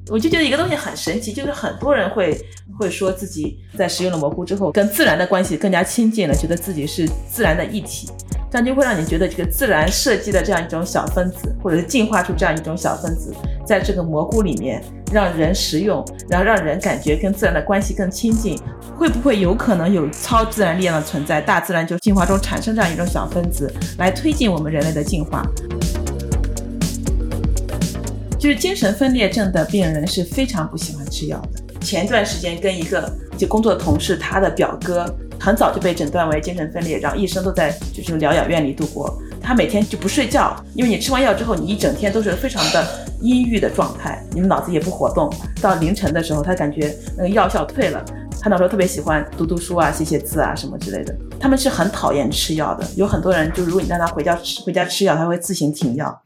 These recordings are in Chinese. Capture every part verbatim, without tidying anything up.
我就觉得一个东西很神奇，就是很多人会会说自己在食用了蘑菇之后跟自然的关系更加亲近了，觉得自己是自然的一体，这样就会让你觉得这个自然设计的这样一种小分子，或者是进化出这样一种小分子，在这个蘑菇里面让人食用，然后让人感觉跟自然的关系更亲近，会不会有可能有超自然力量的存在，大自然就进化中产生这样一种小分子来推进我们人类的进化。就是精神分裂症的病人是非常不喜欢吃药的。前段时间跟一个就工作同事，他的表哥很早就被诊断为精神分裂，然后医生都在就是疗养院里度过。他每天就不睡觉，因为你吃完药之后，你一整天都是非常的阴郁的状态，你们脑子也不活动。到凌晨的时候，他感觉那个药效退了，他那时候特别喜欢读读书啊、写写字啊什么之类的。他们是很讨厌吃药的，有很多人就如果你让他回家吃回家吃药，他会自行停药。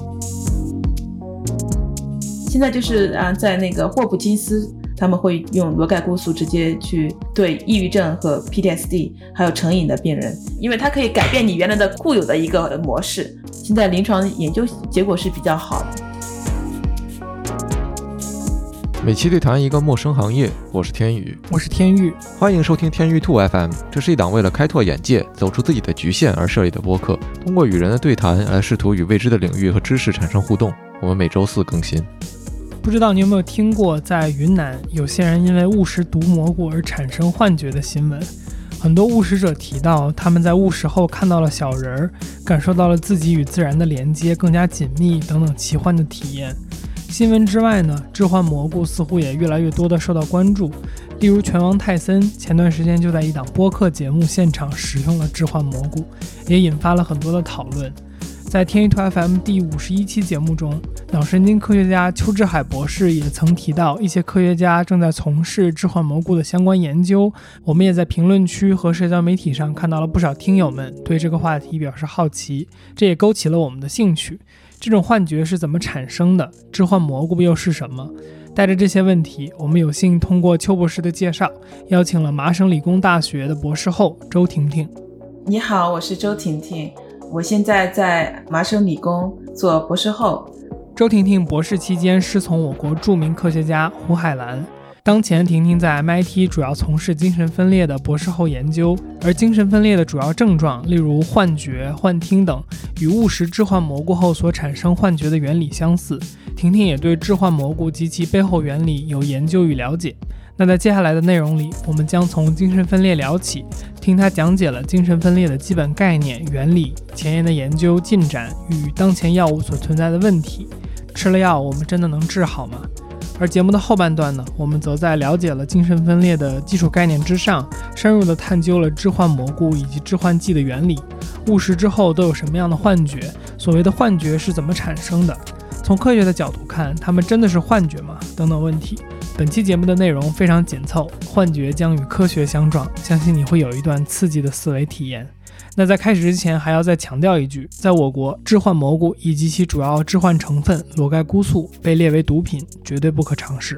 现在就是啊，在那个霍普金斯，他们会用罗盖菇素直接去对抑郁症和 P T S D 还有成瘾的病人，因为它可以改变你原来的固有的一个模式。现在临床研究结果是比较好的。 每期对谈一个陌生行业，我是天宇， 我是天宇， 欢迎收听天宇 two F M。 这是一档为了开拓眼界、走出自己的局限而设立的播客，通过与人的对谈来试图与未知的领域和知识产生互动。我们每周四更新。 不知道你有没有听过，在云南有些人因为误食毒蘑菇而产生幻觉的新闻。很多误食者提到，他们在误食后看到了小人儿，感受到了自己与自然的连接更加紧密等等奇幻的体验。新闻之外呢，致幻蘑菇似乎也越来越多地受到关注。例如拳王泰森前段时间就在一档播客节目现场使用了致幻蘑菇，也引发了很多的讨论。在天宇 two F M 第五十一期节目中，脑神经科学家邱志海博士也曾提到，一些科学家正在从事致幻蘑菇的相关研究。我们也在评论区和社交媒体上看到了不少听友们对这个话题表示好奇，这也勾起了我们的兴趣。这种幻觉是怎么产生的？致幻蘑菇又是什么？带着这些问题，我们有幸通过邱博士的介绍，邀请了麻省理工大学的博士后周婷婷。 你好，我是周婷婷，我现在在麻省理工做博士后。 周婷婷博士期间师从我国著名科学家胡海岚。当前婷婷在 M I T 主要从事精神分裂的博士后研究，而精神分裂的主要症状，例如幻觉、幻听等，与误食致幻蘑菇后所产生幻觉的原理相似。婷婷也对致幻蘑菇及其背后原理有研究与了解。那在接下来的内容里，我们将从精神分裂聊起，听他讲解了精神分裂的基本概念、原理、前沿的研究进展与当前药物所存在的问题。吃了药，我们真的能治好吗？而节目的后半段呢，我们则在了解了精神分裂的基础概念之上，深入地探究了致幻蘑菇以及致幻剂的原理，误食之后都有什么样的幻觉，所谓的幻觉是怎么产生的，从科学的角度看，它们真的是幻觉吗？等等问题。本期节目的内容非常紧凑，幻觉将与科学相撞，相信你会有一段刺激的思维体验。那在开始之前还要再强调一句，在我国，致幻蘑菇以及其主要致幻成分裸盖菇素被列为毒品，绝对不可尝试。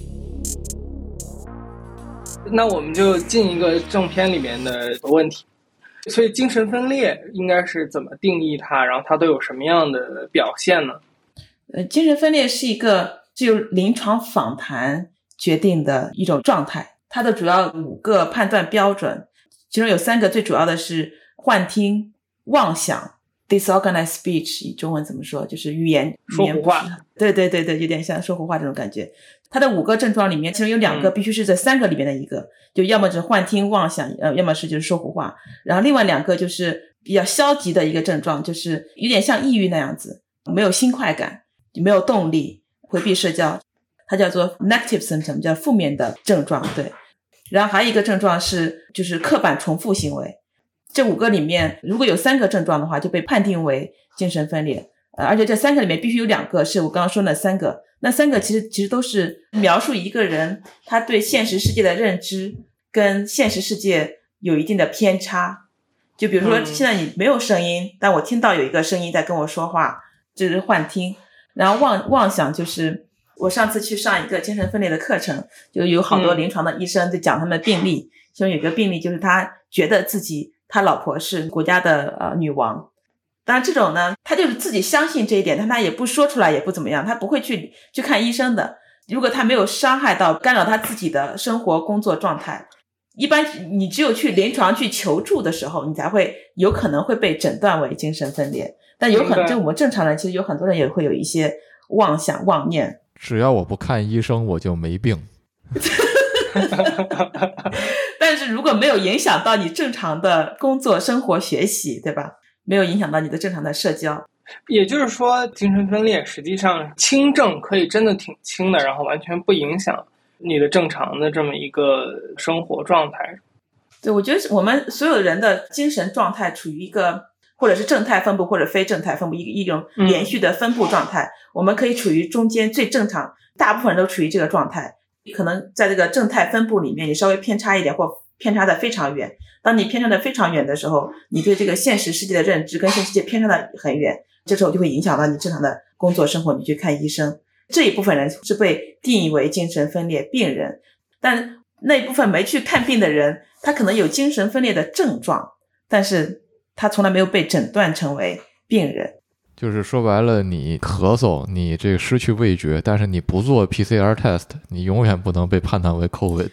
那我们就进一个正片里面的问题。所以精神分裂应该是怎么定义它，然后它都有什么样的表现呢？ 呃，精神分裂是一个是由临床访谈决定的一种状态，它的主要五个判断标准，其中有三个最主要的是幻听、妄想 disorganized speech， 中文怎么说，就是语言说胡话。 对对对对，有点像说胡话这种感觉。它的五个症状里面，其中有两个必须是这三个里面的一个、嗯、就要么是幻听妄想，呃，要么是就是说胡话。然后另外两个就是比较消极的一个症状，就是有点像抑郁那样子，没有新快感，没有动力，回避社交，它叫做 negative symptom， 叫负面的症状。对，然后还有一个症状是就是刻板重复行为。这五个里面如果有三个症状的话，就被判定为精神分裂。呃，而且这三个里面必须有两个是我刚刚说的三个，那三个其实其实都是描述一个人他对现实世界的认知跟现实世界有一定的偏差。就比如说现在你没有声音、嗯、但我听到有一个声音在跟我说话，这是幻听。然后妄妄想就是我上次去上一个精神分裂的课程，就有好多临床的医生在讲他们的病例，其中有一个病例就是他觉得自己他老婆是国家的呃女王。当然这种呢，他就是自己相信这一点，但他也不说出来，也不怎么样，他不会去去看医生的。 如果他没有伤害到干扰他自己的生活工作状态，一般你只有去临床去求助的时候，你才会有可能会被诊断为精神分裂。但有很就我们正常人其实有很多人也会有一些妄想妄念， 只要我不看医生我就没病。 但是如果没有影响到你正常的工作生活学习，对吧？没有影响到你的正常的社交， 也就是说精神分裂实际上轻症可以真的挺轻的，然后完全不影响你的正常的这么一个生活状态。 对，我觉得我们所有人的精神状态处于一个或者是正态分布或者非正态分布一一种连续的分布状态、嗯、我们可以处于中间最正常，大部分人都处于这个状态，可能在这个正态分布里面你稍微偏差一点或偏差的非常远，当你偏差的非常远的时候，你对这个现实世界的认知跟现实世界偏差的很远，这时候就会影响到你正常的工作生活，你去看医生，这一部分人是被定义为精神分裂病人。但那一部分没去看病的人，他可能有精神分裂的症状，但是他从来没有被诊断成为病人。 就是说白了，你咳嗽，你这个失去味觉，但是你不做 P C R test， 你永远不能被判断为 COVID。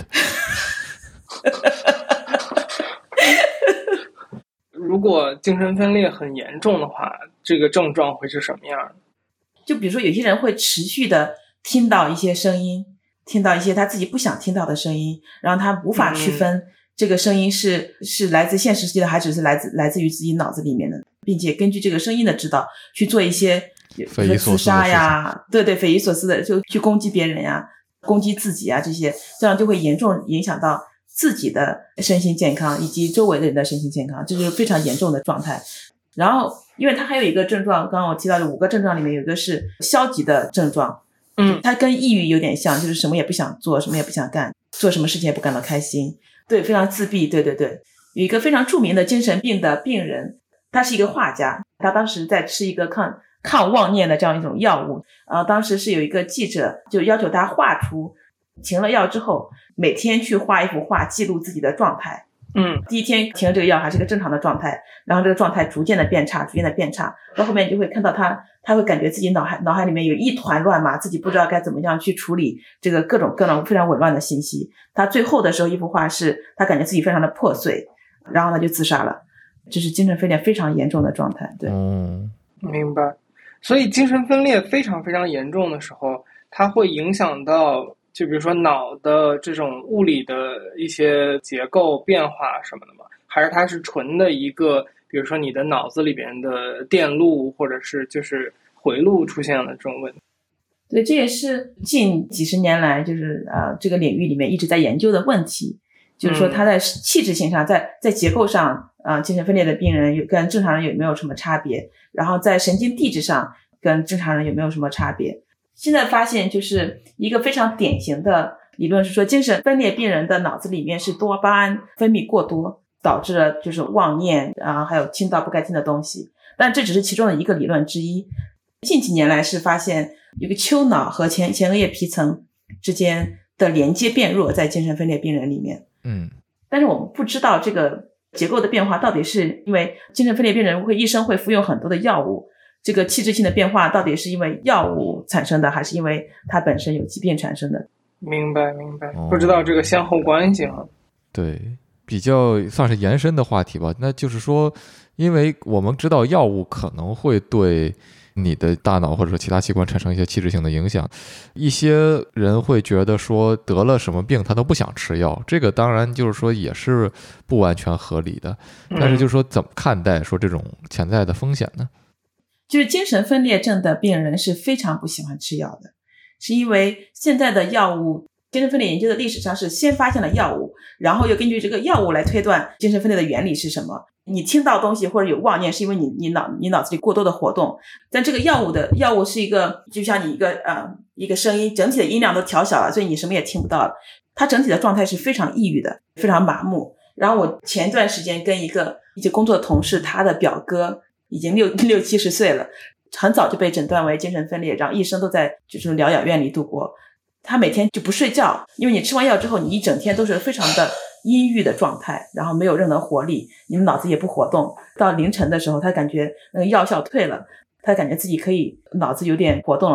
如果精神分裂很严重的话，这个症状会是什么样的？ 就比如说有些人会持续的听到一些声音，听到一些他自己不想听到的声音，然后他无法区分这个声音是、嗯、是来自现实世界的还是来自来自于自己脑子里面的，并且根据这个声音的指导去做一些匪夷所思自杀呀，对对，匪夷所思的就去攻击别人呀，攻击自己啊，这些这样就会严重影响到自己的身心健康以及周围的人的身心健康，这就是非常严重的状态。然后因为它还有一个症状，刚刚我提到的五个症状里面有一个是消极的症状， 嗯， 它跟抑郁有点像，就是什么也不想做，什么也不想干，做什么事情也不感到开心，对，非常自闭，对对对。有一个非常著名的精神病的病人，他是一个画家，他当时在吃一个抗抗妄念的这样一种药物，然后当时是有一个记者就要求他画出停了药之后每天去画一幅画记录自己的状态。 嗯， 第一天停了这个药还是个正常的状态，然后这个状态逐渐的变差，逐渐的变差，到后面你就会看到他，他会感觉自己脑海脑海里面有一团乱麻，自己不知道该怎么样去处理这个各种各种非常紊乱的信息。他最后的时候一幅画是他感觉自己非常的破碎，然后他就自杀了，这是精神分裂非常严重的状态。对， 嗯， 明白。所以精神分裂非常非常严重的时候，它会影响到就比如说脑的这种物理的一些结构变化什么的吗？还是它是纯的一个比如说你的脑子里边的电路或者是就是回路出现了这种问题？ 对，这也是近几十年来就是呃这个领域里面一直在研究的问题，就是说它在气质性上，在在结构上啊、呃，精神分裂的病人有跟正常人有没有什么差别，然后在神经递质上跟正常人有没有什么差别。现在发现就是一个非常典型的理论是说，精神分裂病人的脑子里面是多巴胺分泌过多，导致了就是妄念啊，还有听到不该听的东西，但这只是其中的一个理论之一。近几年来是发现有个丘脑和前前额叶皮层之间的连接变弱，在精神分裂病人里面， 嗯， 但是我们不知道这个结构的变化到底是因为精神分裂病人会医生会服用很多的药物，这个气质性的变化到底是因为药物产生的，还是因为它本身有疾病产生的？ 明白明白，不知道这个先后关系啊。 对，比较算是延伸的话题吧。那就是说，因为我们知道药物可能会对你的大脑或者说其他器官产生一些器质性的影响，一些人会觉得说得了什么病他都不想吃药，这个当然就是说也是不完全合理的。但是就是说怎么看待说这种潜在的风险呢？ 就是精神分裂症的病人是非常不喜欢吃药的，是因为现在的药物，精神分裂研究的历史上是先发现了药物，然后又根据这个药物来推断精神分裂的原理是什么。你听到东西或者有妄念是因为你你脑你脑子里过多的活动，但这个药物的药物是一个就像你一个呃一个声音整体的音量都调小了，所以你什么也听不到了，它整体的状态是非常抑郁的，非常麻木。然后我前段时间跟一个一起工作的同事，他的表哥已经六六七十岁了，很早就被诊断为精神分裂，然后一生都在就是疗养院里度过。他每天就不睡觉，因为你吃完药之后你一整天都是非常的阴郁的状态，然后没有任何活力，你的脑子也不活动，到凌晨的时候他感觉那个药效退了，他感觉自己可以脑子有点活动了，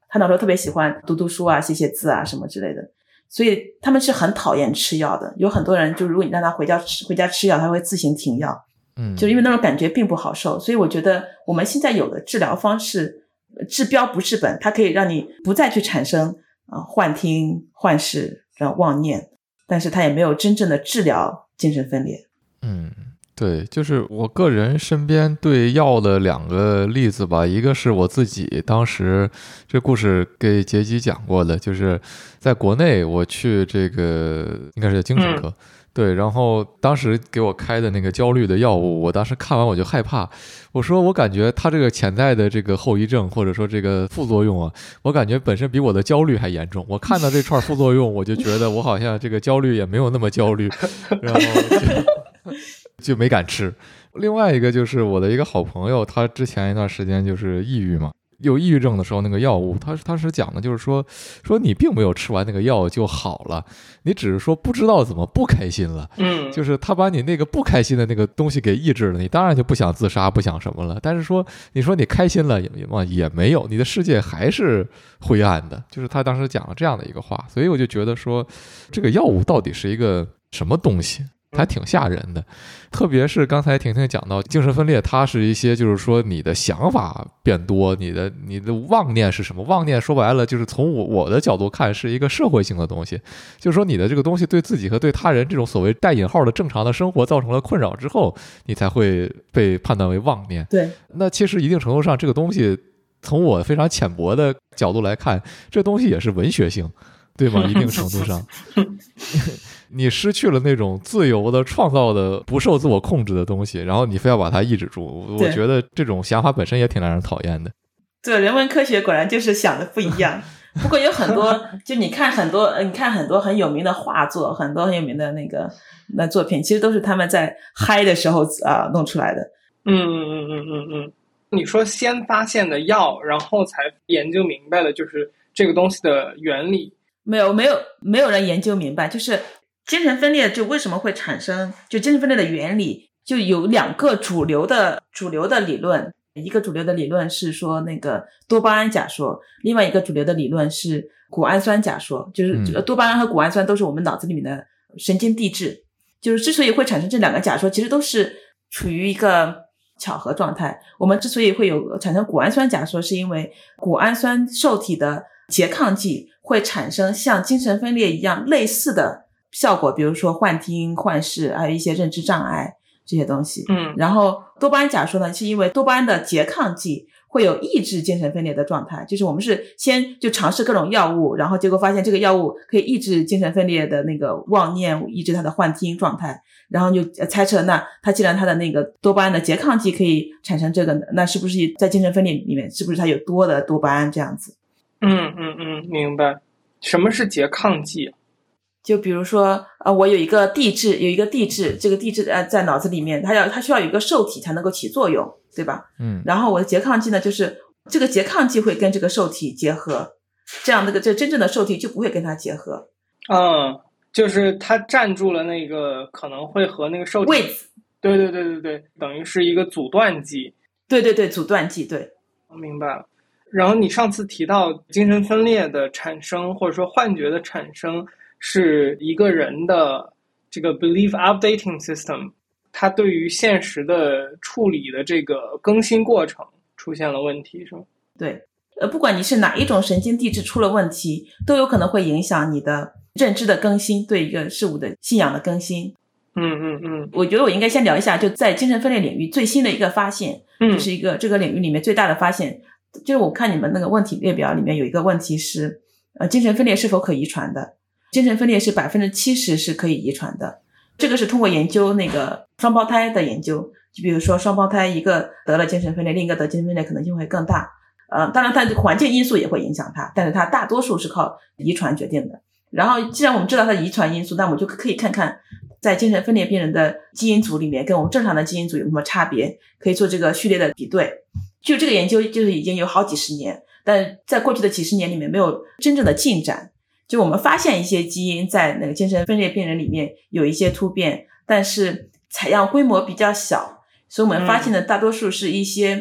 他那时候特别喜欢读读书啊，写写字啊什么之类的，所以他们是很讨厌吃药的。有很多人就如果你让他回家吃回家吃药，他会自行停药， 嗯， 就因为那种感觉并不好受。所以我觉得我们现在有的治疗方式，治标不治本，它可以让你不再去产生呃幻听、幻视、然后妄念，但是它也没有真正的治疗精神分裂。 嗯，对，就是我个人身边对药的两个例子吧，一个是我自己当时这故事给杰基讲过的，就是在国内我去这个应该是精神科、嗯、对，然后当时给我开的那个焦虑的药物，我当时看完我就害怕，我说我感觉它这个潜在的这个后遗症或者说这个副作用啊，我感觉本身比我的焦虑还严重，我看到这串副作用我就觉得我好像这个焦虑也没有那么焦虑，然后就就没敢吃。另外一个就是我的一个好朋友，他之前一段时间就是抑郁嘛，有抑郁症的时候那个药物，他他是讲的就是说说你并没有吃完那个药就好了，你只是说不知道怎么不开心了， 嗯， 就是他把你那个不开心的那个东西给抑制了，你当然就不想自杀不想什么了，但是说你说你开心了也也没有，你的世界还是灰暗的，就是他当时讲了这样的一个话。所以我就觉得说这个药物到底是一个什么东西，还挺吓人的。特别是刚才婷婷讲到精神分裂，它是一些就是说你的想法变多，你的你的妄念是什么，妄念说白了就是从我我的角度看是一个社会性的东西，就是说你的这个东西对自己和对他人这种所谓带引号的正常的生活造成了困扰之后，你才会被判断为妄念。 对， 那其实一定程度上这个东西从我非常浅薄的角度来看，这东西也是文学性，对吗？一定程度上你失去了那种自由的创造的不受自我控制的东西，然后你非要把它抑制住，我觉得这种想法本身也挺让人讨厌的。 对，人文科学果然就是想的不一样。不过有很多就你看很多你看很多很有名的画作，很多很有名的那个那作品，其实都是他们在嗨的时候啊、呃、弄出来的。 嗯嗯嗯嗯嗯嗯。你说先发现的药，然后才研究明白了就是这个东西的原理。 没有没有没有人研究明白，就是精神分裂就为什么会产生，就精神分裂的原理就有两个主流的主流的理论，一个主流的理论是说那个多巴胺假说，另外一个主流的理论是谷氨酸假说，就是多巴胺和谷氨酸都是我们脑子里面的神经递质，就是之所以会产生这两个假说，其实都是处于一个巧合状态。我们之所以会有产生谷氨酸假说，是因为谷氨酸受体的拮抗剂会产生像精神分裂一样类似的效果，比如说幻听、幻视，还有一些认知障碍这些东西。 嗯， 然后多巴胺假说呢，是因为多巴胺的拮抗剂会有抑制精神分裂的状态，就是我们是先就尝试各种药物，然后结果发现这个药物可以抑制精神分裂的那个妄念，抑制它的幻听状态，然后就猜测那它既然它的那个多巴胺的拮抗剂可以产生这个，那是不是在精神分裂里面是不是它有多的多巴胺这样子。 嗯嗯嗯，明白。什么是拮抗剂？ 就比如说呃，我有一个地质有一个地质这个地质呃在脑子里面，它要它需要有一个受体才能够起作用，对吧？ 嗯， 然后我的拮抗剂呢，就是这个拮抗剂会跟这个受体结合，这样那个这真正的受体就不会跟它结合。 嗯，就是它占住了那个可能会和那个受体位置。 对对对对对，等于是一个阻断剂。 对对对，阻断剂，对。 明白了。然后你上次提到精神分裂的产生或者说幻觉的产生是一个人的这个 belief updating system， 它对于现实的处理的这个更新过程出现了问题，是吗？ 对，呃，不管你是哪一种神经递质出了问题，都有可能会影响你的认知的更新，对一个事物的信仰的更新。 嗯嗯嗯， 我觉得我应该先聊一下，就在精神分裂领域最新的一个发现， 嗯， 就是一个这个领域里面最大的发现，就是我看你们那个问题列表里面有一个问题是，呃，精神分裂是否可遗传的？精神分裂是百分之七十是可以遗传的，这个是通过研究那个双胞胎的研究，就比如说双胞胎一个得了精神分裂，另一个得精神分裂可能性会更大。呃，当然它的环境因素也会影响它，但是它大多数是靠遗传决定的。然后既然我们知道它的遗传因素，那我们就可以看看在精神分裂病人的基因组里面跟我们正常的基因组有什么差别，可以做这个序列的比对。就这个研究就是已经有好几十年，但在过去的几十年里面没有真正的进展。就我们发现一些基因在那个精神分裂病人里面有一些突变，但是采样规模比较小，所以我们发现的大多数是一些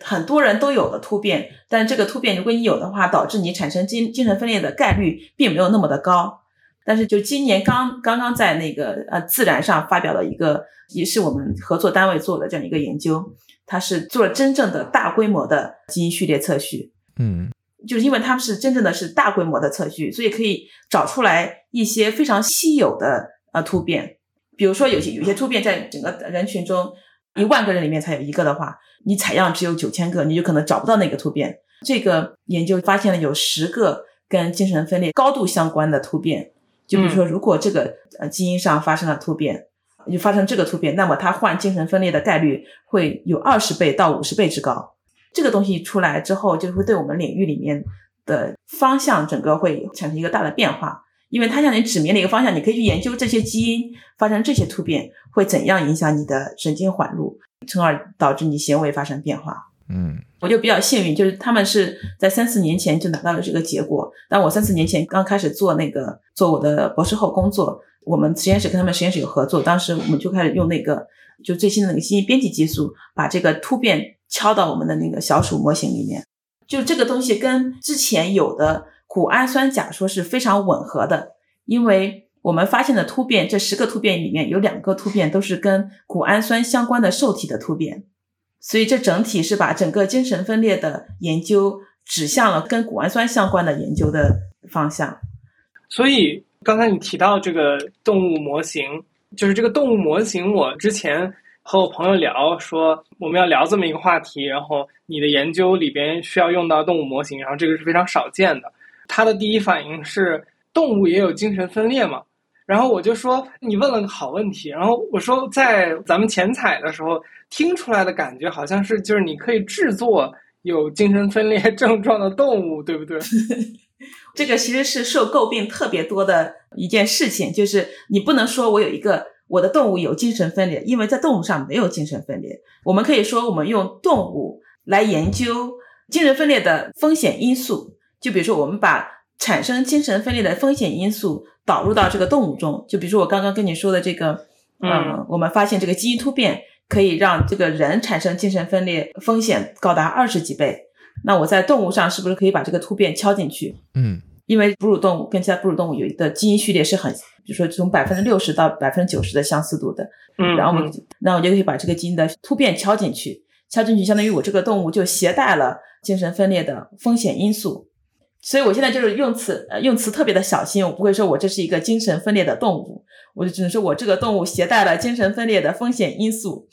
很多人都有的突变，但是这个突变如果你有的话，导致你产生精精神分裂的概率并没有那么的高。但是就今年刚刚刚在那个呃自然上发表了一个，也是我们合作单位做的这样一个研究，它是做了真正的大规模的基因序列测序。 嗯， 就是因为他们是真正的是大规模的测序，所以可以找出来一些非常稀有的呃突变。比如说有些有些突变在整个人群中一万个人里面才有一个的话，你采样只有九千个，你就可能找不到那个突变。这个研究发现了有十个跟精神分裂高度相关的突变。就比如说如果这个呃基因上发生了突变，就发生这个突变，那么他患精神分裂的概率会有二十倍到五十倍之高。这个东西出来之后，就会对我们领域里面的方向整个会产生一个大的变化，因为它向你指明了一个方向，你可以去研究这些基因发生这些突变会怎样影响你的神经环路，从而导致你行为发生变化。 嗯， 我就比较幸运，就是他们是在三四年前就拿到了这个结果。但我三四年前刚开始做那个做我的博士后工作，我们实验室跟他们实验室有合作，当时我们就开始用那个就最新的那个基因编辑技术，把这个突变敲到我们的那个小鼠模型里面。就这个东西跟之前有的谷氨酸假说是非常吻合的，因为我们发现的突变，这十个突变里面有两个突变都是跟谷氨酸相关的受体的突变。所以这整体是把整个精神分裂的研究指向了跟谷氨酸相关的研究的方向。 所以刚才你提到这个动物模型，就是这个动物模型，我之前和我朋友聊说我们要聊这么一个话题，然后你的研究里边需要用到动物模型，然后这个是非常少见的。他的第一反应是动物也有精神分裂吗？然后我就说你问了个好问题，然后我说在咱们前采的时候听出来的感觉好像是就是你可以制作有精神分裂症状的动物，对不对？ 这个其实是受诟病特别多的一件事情，就是你不能说我有一个我的动物有精神分裂，因为在动物上没有精神分裂。我们可以说我们用动物来研究精神分裂的风险因素，就比如说我们把产生精神分裂的风险因素导入到这个动物中，就比如说我刚刚跟你说的这个嗯、呃，我们发现这个基因突变可以让这个人产生精神分裂风险高达二十几倍，那我在动物上是不是可以把这个突变敲进去？ 嗯， 因为哺乳动物跟其他哺乳动物有的基因序列是很，比如说从 百分之六十 到 百分之九十 的相似度的， 嗯， 然后我们那我就可以把这个基因的突变敲进去，敲进去相当于我这个动物就携带了精神分裂的风险因素。所以我现在就是用词呃用词特别的小心，我不会说我这是一个精神分裂的动物，我就只能说我这个动物携带了精神分裂的风险因素。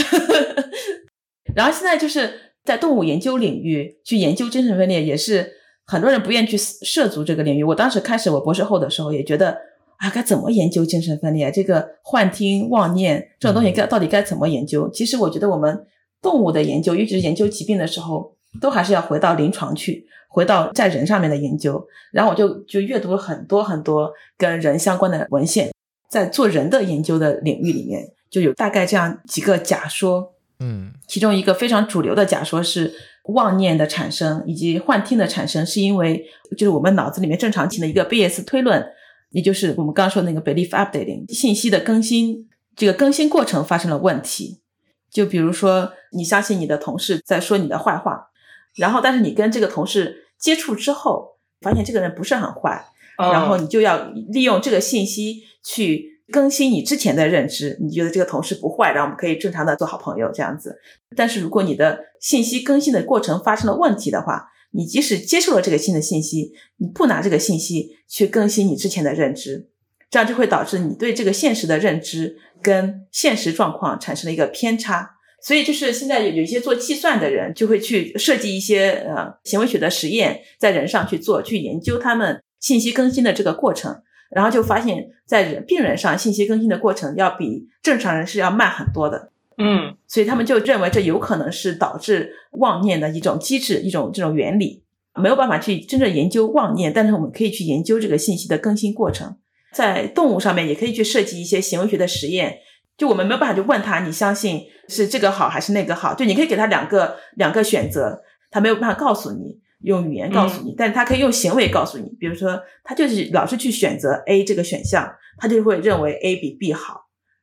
然后现在就是在动物研究领域去研究精神分裂，也是很多人不愿意去涉足这个领域。我当时开始我博士后的时候也觉得啊，该怎么研究精神分裂，这个幻听妄念这种东西该到底该怎么研究。其实我觉得我们动物的研究，尤其是研究疾病的时候，都还是要回到临床去，回到在人上面的研究。然后我就就阅读了很多很多跟人相关的文献，在做人的研究的领域里面就有大概这样几个假说。 嗯， 其中一个非常主流的假说是妄念的产生以及幻听的产生是因为就是我们脑子里面正常性的一个贝叶斯推论，也就是我们刚刚说的那个 belief updating 信息的更新，这个更新过程发生了问题。就比如说你相信你的同事在说你的坏话，然后但是你跟这个同事接触之后发现这个人不是很坏，然后你就要利用这个信息去更新你之前的认知，你觉得这个同事不坏，然后我们可以正常的做好朋友这样子。但是如果你的信息更新的过程发生了问题的话，你即使接受了这个新的信息，你不拿这个信息去更新你之前的认知，这样就会导致你对这个现实的认知跟现实状况产生了一个偏差。所以就是现在有一些做计算的人就会去设计一些呃行为学的实验，在人上去做，去研究他们信息更新的这个过程，然后就发现在人病人上信息更新的过程要比正常人是要慢很多的。 嗯， 所以他们就认为这有可能是导致妄念的一种机制，一种这种原理。没有办法去真正研究妄念，但是我们可以去研究这个信息的更新过程。在动物上面也可以去设计一些行为学的实验，就我们没有办法就问他你相信是这个好还是那个好，就你可以给他两个两个选择，他没有办法告诉你用语言告诉你、嗯、但是他可以用行为告诉你。比如说他就是老是去选择 A 这个选项，他就会认为 A 比 B 好。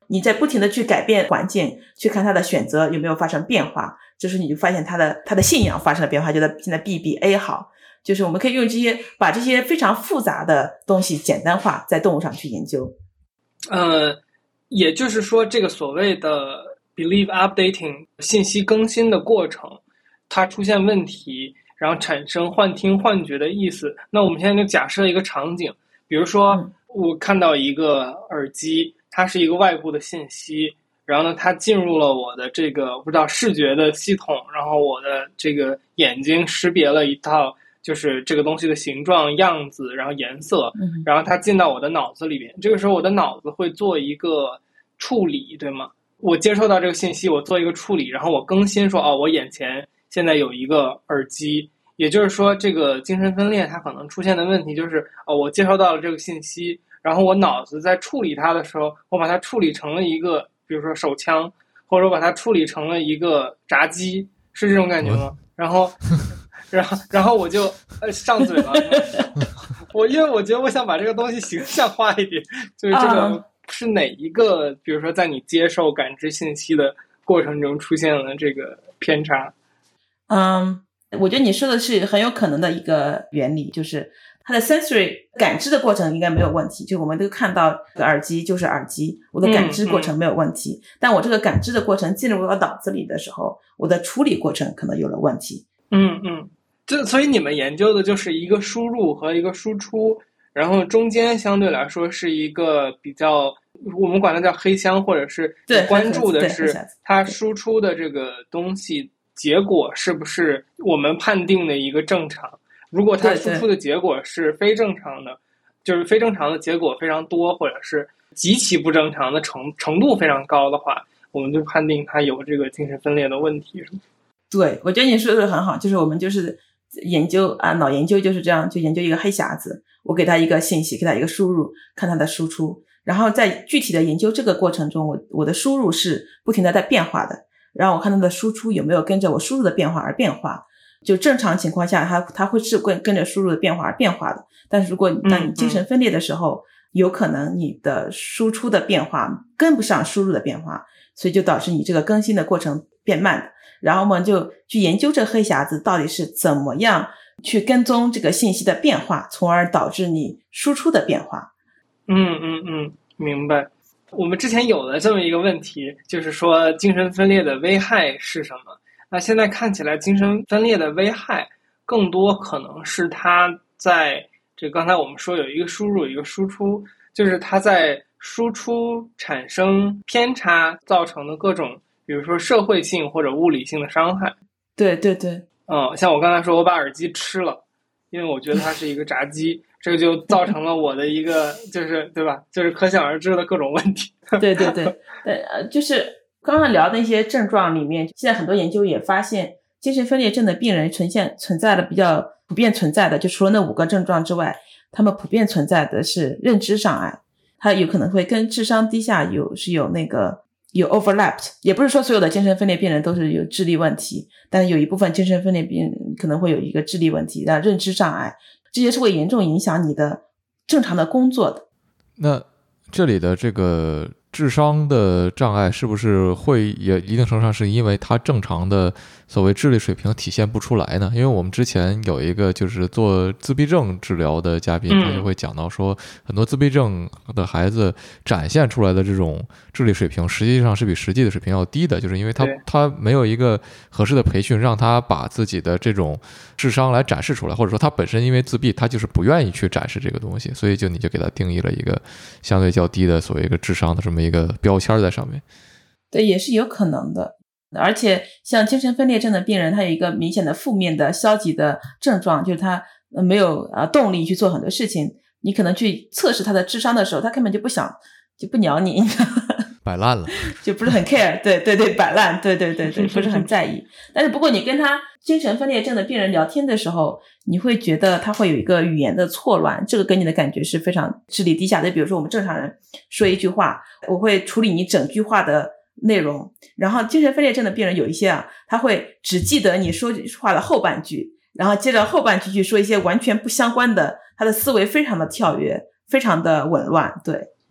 你在不停的去改变环境，去看他的选择有没有发生变化，就是你就发现他的他的信仰发生了变化，觉得现在 B 比 A 好，就是我们可以用这些把这些非常复杂的东西简单化，在动物上去研究。 呃，也就是说，这个所谓的 belief updating 信息更新的过程，它出现问题，然后产生幻听幻觉的意思。那我们现在就假设一个场景，比如说、嗯、我看到一个耳机，它是一个外部的信息，然后呢，它进入了我的这个不知道视觉的系统，然后我的这个眼睛识别了一套就是这个东西的形状、样子，然后颜色，然后它进到我的脑子里边。这个时候我的脑子会做一个处理，对吗？我接收到这个信息，我做一个处理，然后我更新说，哦，我眼前现在有一个耳机。也就是说，这个精神分裂它可能出现的问题就是，哦，我接收到了这个信息，然后我脑子在处理它的时候，我把它处理成了一个，比如说手枪，或者我把它处理成了一个炸鸡，是这种感觉吗？然后，然后，然后我就呃上嘴了。我因为我觉得我想把这个东西形象化一点，就是这个是哪一个，比如说在你接受感知信息的过程中出现了这个偏差？ 嗯。我觉得你说的是很有可能的一个原理，就是它的 sensory 感知的过程应该没有问题，就我们都看到耳机就是耳机，我的感知过程没有问题、嗯嗯、但我这个感知的过程进入到脑子里的时候，我的处理过程可能有了问题。 嗯嗯，就所以你们研究的就是一个输入和一个输出，然后中间相对来说是一个比较我们管它叫黑箱，或者是关注的是它输出的这个东西结果是不是我们判定的一个正常。如果它输出的结果是非正常的，就是非正常的结果非常多，或者是极其不正常的程程度非常高的话，我们就判定它有这个精神分裂的问题。 对，我觉得你说的很好，就是我们就是研究啊，脑研究就是这样，就研究一个黑匣子，我给他一个信息，给他一个输入，看他的输出，然后在具体的研究这个过程中，我我的输入是不停的在变化的，然后我看它的输出有没有跟着我输入的变化而变化。就正常情况下它它会是跟跟着输入的变化而变化的，但是如果当你精神分裂的时候、嗯嗯、有可能你的输出的变化跟不上输入的变化，所以就导致你这个更新的过程变慢的。然后我们就去研究这黑匣子到底是怎么样去跟踪这个信息的变化，从而导致你输出的变化。 嗯嗯嗯，明白。我们之前有了这么一个问题，就是说精神分裂的危害是什么。那现在看起来精神分裂的危害更多可能是它在这刚才我们说有一个输入有一个输出，就是它在输出产生偏差造成的各种比如说社会性或者物理性的伤害。 对对对， 嗯，像我刚才说我把耳机吃了，因为我觉得它是一个炸鸡这个就造成了我的一个就是对吧，就是可想而知的各种问题。 对对对呃，就是刚刚聊的一些症状里面，现在很多研究也发现精神分裂症的病人呈现存在的比较普遍存在的，就除了那五个症状之外，他们普遍存在的是认知障碍，它有可能会跟智商低下有是有那个有 overlapped， 也不是说所有的精神分裂病人都是有智力问题，但是有一部分精神分裂病人可能会有一个智力问题，然后认知障碍，这些是会严重影响你的正常的工作的。 那这里的这个智商的障碍是不是会也一定程度上是因为他正常的所谓智力水平体现不出来呢？因为我们之前有一个就是做自闭症治疗的嘉宾，他就会讲到说很多自闭症的孩子展现出来的这种智力水平实际上是比实际的水平要低的，就是因为他他没有一个合适的培训让他把自己的这种智商来展示出来，或者说他本身因为自闭他就是不愿意去展示这个东西，所以就你就给他定义了一个相对较低的所谓一个智商的这么一个标签在上面。 对，也是有可能的。而且像精神分裂症的病人，他有一个明显的负面的消极的症状，就是他没有呃动力去做很多事情，你可能去测试他的智商的时候，他根本就不想就不鸟你摆烂了， 就不是很 care， 对对对，摆烂，对对对对，不是很在意。但是不过你跟他精神分裂症的病人聊天的时候，你会觉得他会有一个语言的错乱，这个跟你的感觉是非常智力低下的。比如说我们正常人说一句话，我会处理你整句话的内容，然后精神分裂症的病人有一些啊，他会只记得你说话的后半句，然后接着后半句去说一些完全不相关的，他的思维非常的跳跃，非常的紊乱。对，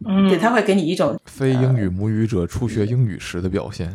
嗯， 对，他会给你一种非英语母语者初学英语时的表现。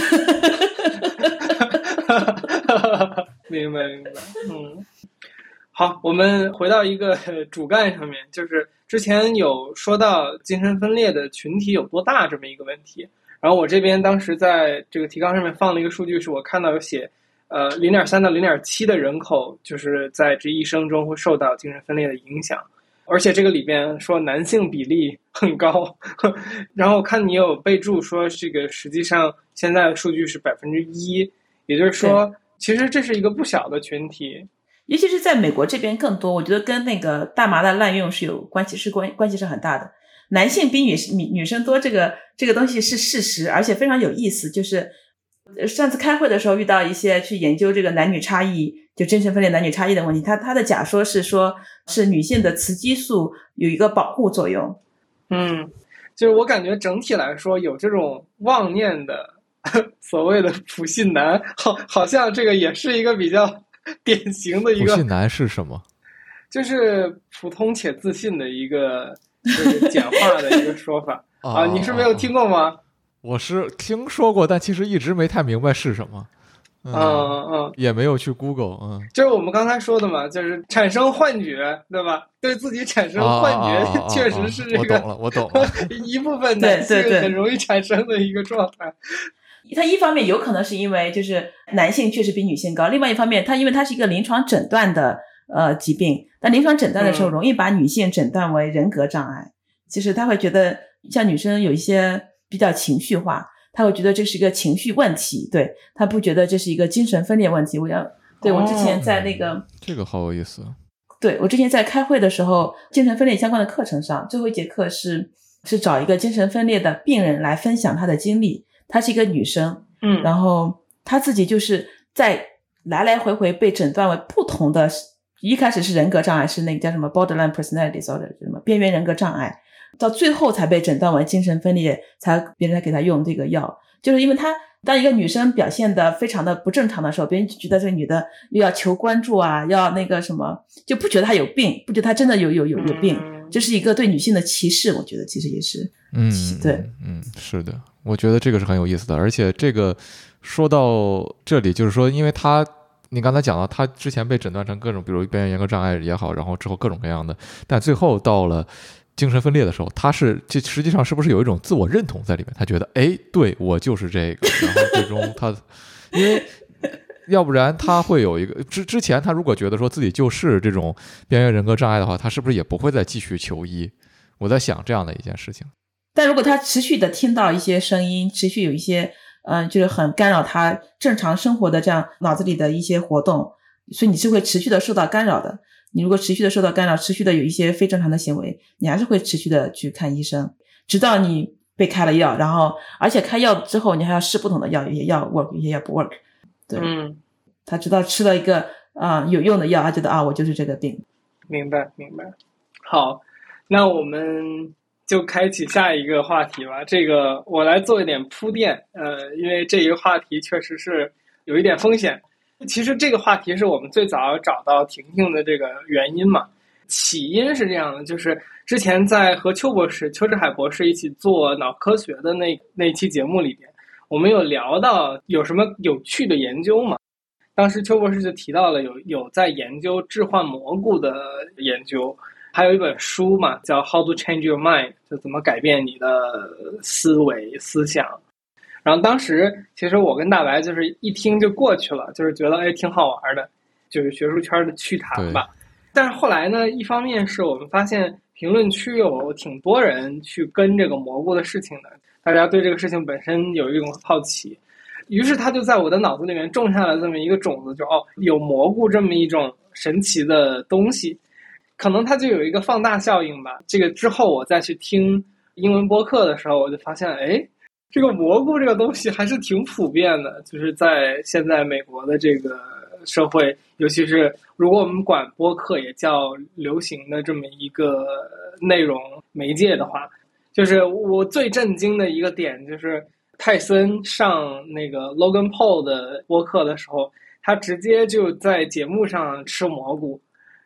明白明白，嗯。好，我们回到一个主干上面，就是之前有说到精神分裂的群体有多大这么一个问题。然后我这边当时在这个提纲上面放了一个数据，是我看到有写，呃，零点三到零点七的人口就是在这一生中会受到精神分裂的影响，而且这个里边说男性比例很高。然后我看你有备注说，这个实际上现在的数据是百分之一，也就是说，其实这是一个不小的群体。 尤其是在美国这边更多，我觉得跟那个大麻的滥用是有关系，是关关系是很大的。男性比女女女生多，这个这个东西是事实，而且非常有意思。就是上次开会的时候遇到一些去研究这个男女差异，就精神分裂男女差异的问题，他他的假说是说，是女性的雌激素有一个保护作用。 嗯，就是我感觉整体来说，有这种妄念的所谓的普信男，好，好像这个也是一个比较典型的一个。 普信男是什么？ 就是普通且自信的一个，就是简化的一个说法啊。你是没有听过吗？ 我是听说过，但其实一直没太明白是什么。嗯嗯嗯， 也没有去 Google。嗯， 就是我们刚才说的嘛，就是产生幻觉，对吧？对自己产生幻觉， 啊啊啊啊、 确实是这个。 我懂了，我懂了。 一部分男性很容易产生的一个状态。 它一方面有可能是因为就是男性确实比女性高，另外一方面它因为它是一个临床诊断的呃疾病，但临床诊断的时候容易把女性诊断为人格障碍。嗯、其实他会觉得像女生有一些比较情绪化，他会觉得这是一个情绪问题，对，他不觉得这是一个精神分裂问题。我要对我之前在那个、 哦、这个好有意思。 对，我之前在开会的时候，精神分裂相关的课程上，最后一节课是是找一个精神分裂的病人来分享他的经历。她是一个女生， 嗯， 然后她自己就是在来来回回被诊断为不同的，一开始是人格障碍，是那个叫什么 borderline personality disorder， 什么边缘人格障碍，到最后才被诊断为精神分裂，才别人才给她用这个药。就是因为她当一个女生表现的非常的不正常的时候，别人就觉得这个女的又要求关注啊，要那个什么，就不觉得她有病，不觉得她真的有有有有病，这是一个对女性的歧视，我觉得其实也是， 嗯， 对， 嗯，是的，我觉得这个是很有意思的。而且这个说到这里，就是说，因为他你刚才讲到，他之前被诊断成各种，比如边缘人格障碍也好，然后之后各种各样的，但最后到了精神分裂的时候，他是这实际上是不是有一种自我认同在里面？他觉得，哎，对我就是这个，然后最终他，因为要不然他会有一个之之前他如果觉得说自己就是这种边缘人格障碍的话，他是不是也不会再继续求医？我在想这样的一件事情。 但如果他持续的听到一些声音，持续有一些嗯、呃，就是很干扰他正常生活的这样脑子里的一些活动，所以你是会持续的受到干扰的。你如果持续的受到干扰，持续的有一些非正常的行为，你还是会持续的去看医生，直到你被开了药，然后而且开药之后你还要试不同的药，有些药 work， 有些药不 work。对， 嗯， 他直到吃了一个啊、呃、有用的药，他觉得啊我就是这个病。 明白明白。好，那我们就开启下一个话题吧。这个我来做一点铺垫，呃，因为这一个话题确实是有一点风险。其实这个话题是我们最早找到婷婷的这个原因嘛。起因是这样的，就是之前在和邱博士、邱志海博士一起做脑科学的那那期节目里边，我们有聊到有什么有趣的研究嘛。当时邱博士就提到了有有在研究致幻蘑菇的研究。还有一本书嘛，叫 How to Change Your Mind， 就怎么改变你的思维思想。然后当时其实我跟大白就是一听就过去了，就是觉得哎挺好玩的，就是学术圈的趣谈吧。但是后来呢，一方面是我们发现评论区有挺多人去跟这个蘑菇的事情的，大家对这个事情本身有一种好奇，于是他就在我的脑子里面种下了这么一个种子，就哦有蘑菇这么一种神奇的东西。可能它就有一个放大效应吧。这个之后我再去听英文播客的时候，我就发现，哎，这个蘑菇这个东西还是挺普遍的，就是在现在美国的这个社会，尤其是如果我们管播客也叫流行的这么一个内容媒介的话，就是我最震惊的一个点就是泰森上那个 Logan Paul 的播客的时候，他直接就在节目上吃蘑菇。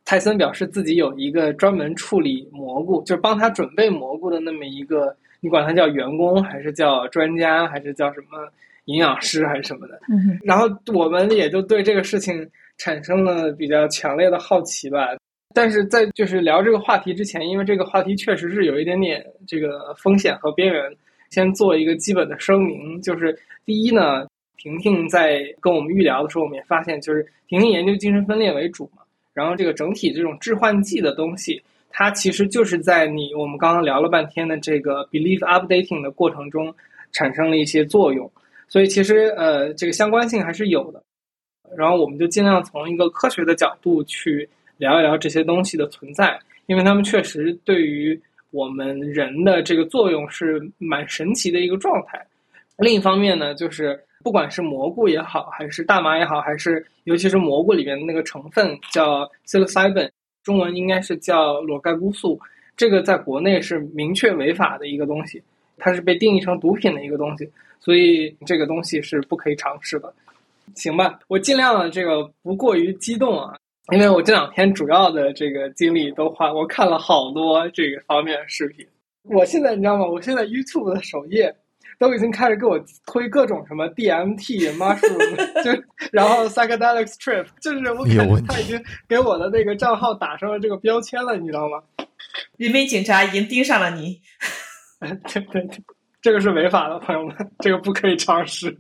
泰森表示自己有一个专门处理蘑菇，就是帮他准备蘑菇的那么一个，你管他叫员工还是叫专家还是叫什么营养师还是什么的。 嗯， 然后我们也就对这个事情产生了比较强烈的好奇吧。但是在就是聊这个话题之前，因为这个话题确实是有一点点这个风险和边缘，先做一个基本的声明，就是第一呢，婷婷在跟我们预聊的时候，我们也发现，就是婷婷研究精神分裂为主嘛，然后这个整体这种致幻剂的东西，它其实就是在你我们刚刚聊了半天的这个 belief updating 的过程中产生了一些作用，所以其实呃这个相关性还是有的。然后我们就尽量从一个科学的角度去聊一聊这些东西的存在，因为它们确实对于我们人的这个作用是蛮神奇的一个状态。另一方面呢，就是不管是蘑菇也好，还是大麻也好，还是尤其是蘑菇里面的那个成分叫 psilocybin， 中文应该是叫裸盖菇素，这个在国内是明确违法的一个东西，它是被定义成毒品的一个东西，所以这个东西是不可以尝试的。行吧，我尽量这个不过于激动啊，因为我这两天主要的这个精力都花，我看了好多这个方面的视频。我现在你知道吗？我现在 YouTube 的首页都已经开始给我推各种什么 D M T、mushroom， 就然后 psychedelic trip， 就是我感觉他已经给我的那个账号打上了这个标签了，你知道吗？ 人民警察已经盯上了你。 对对对，这个是违法的，朋友们，这个不可以尝试。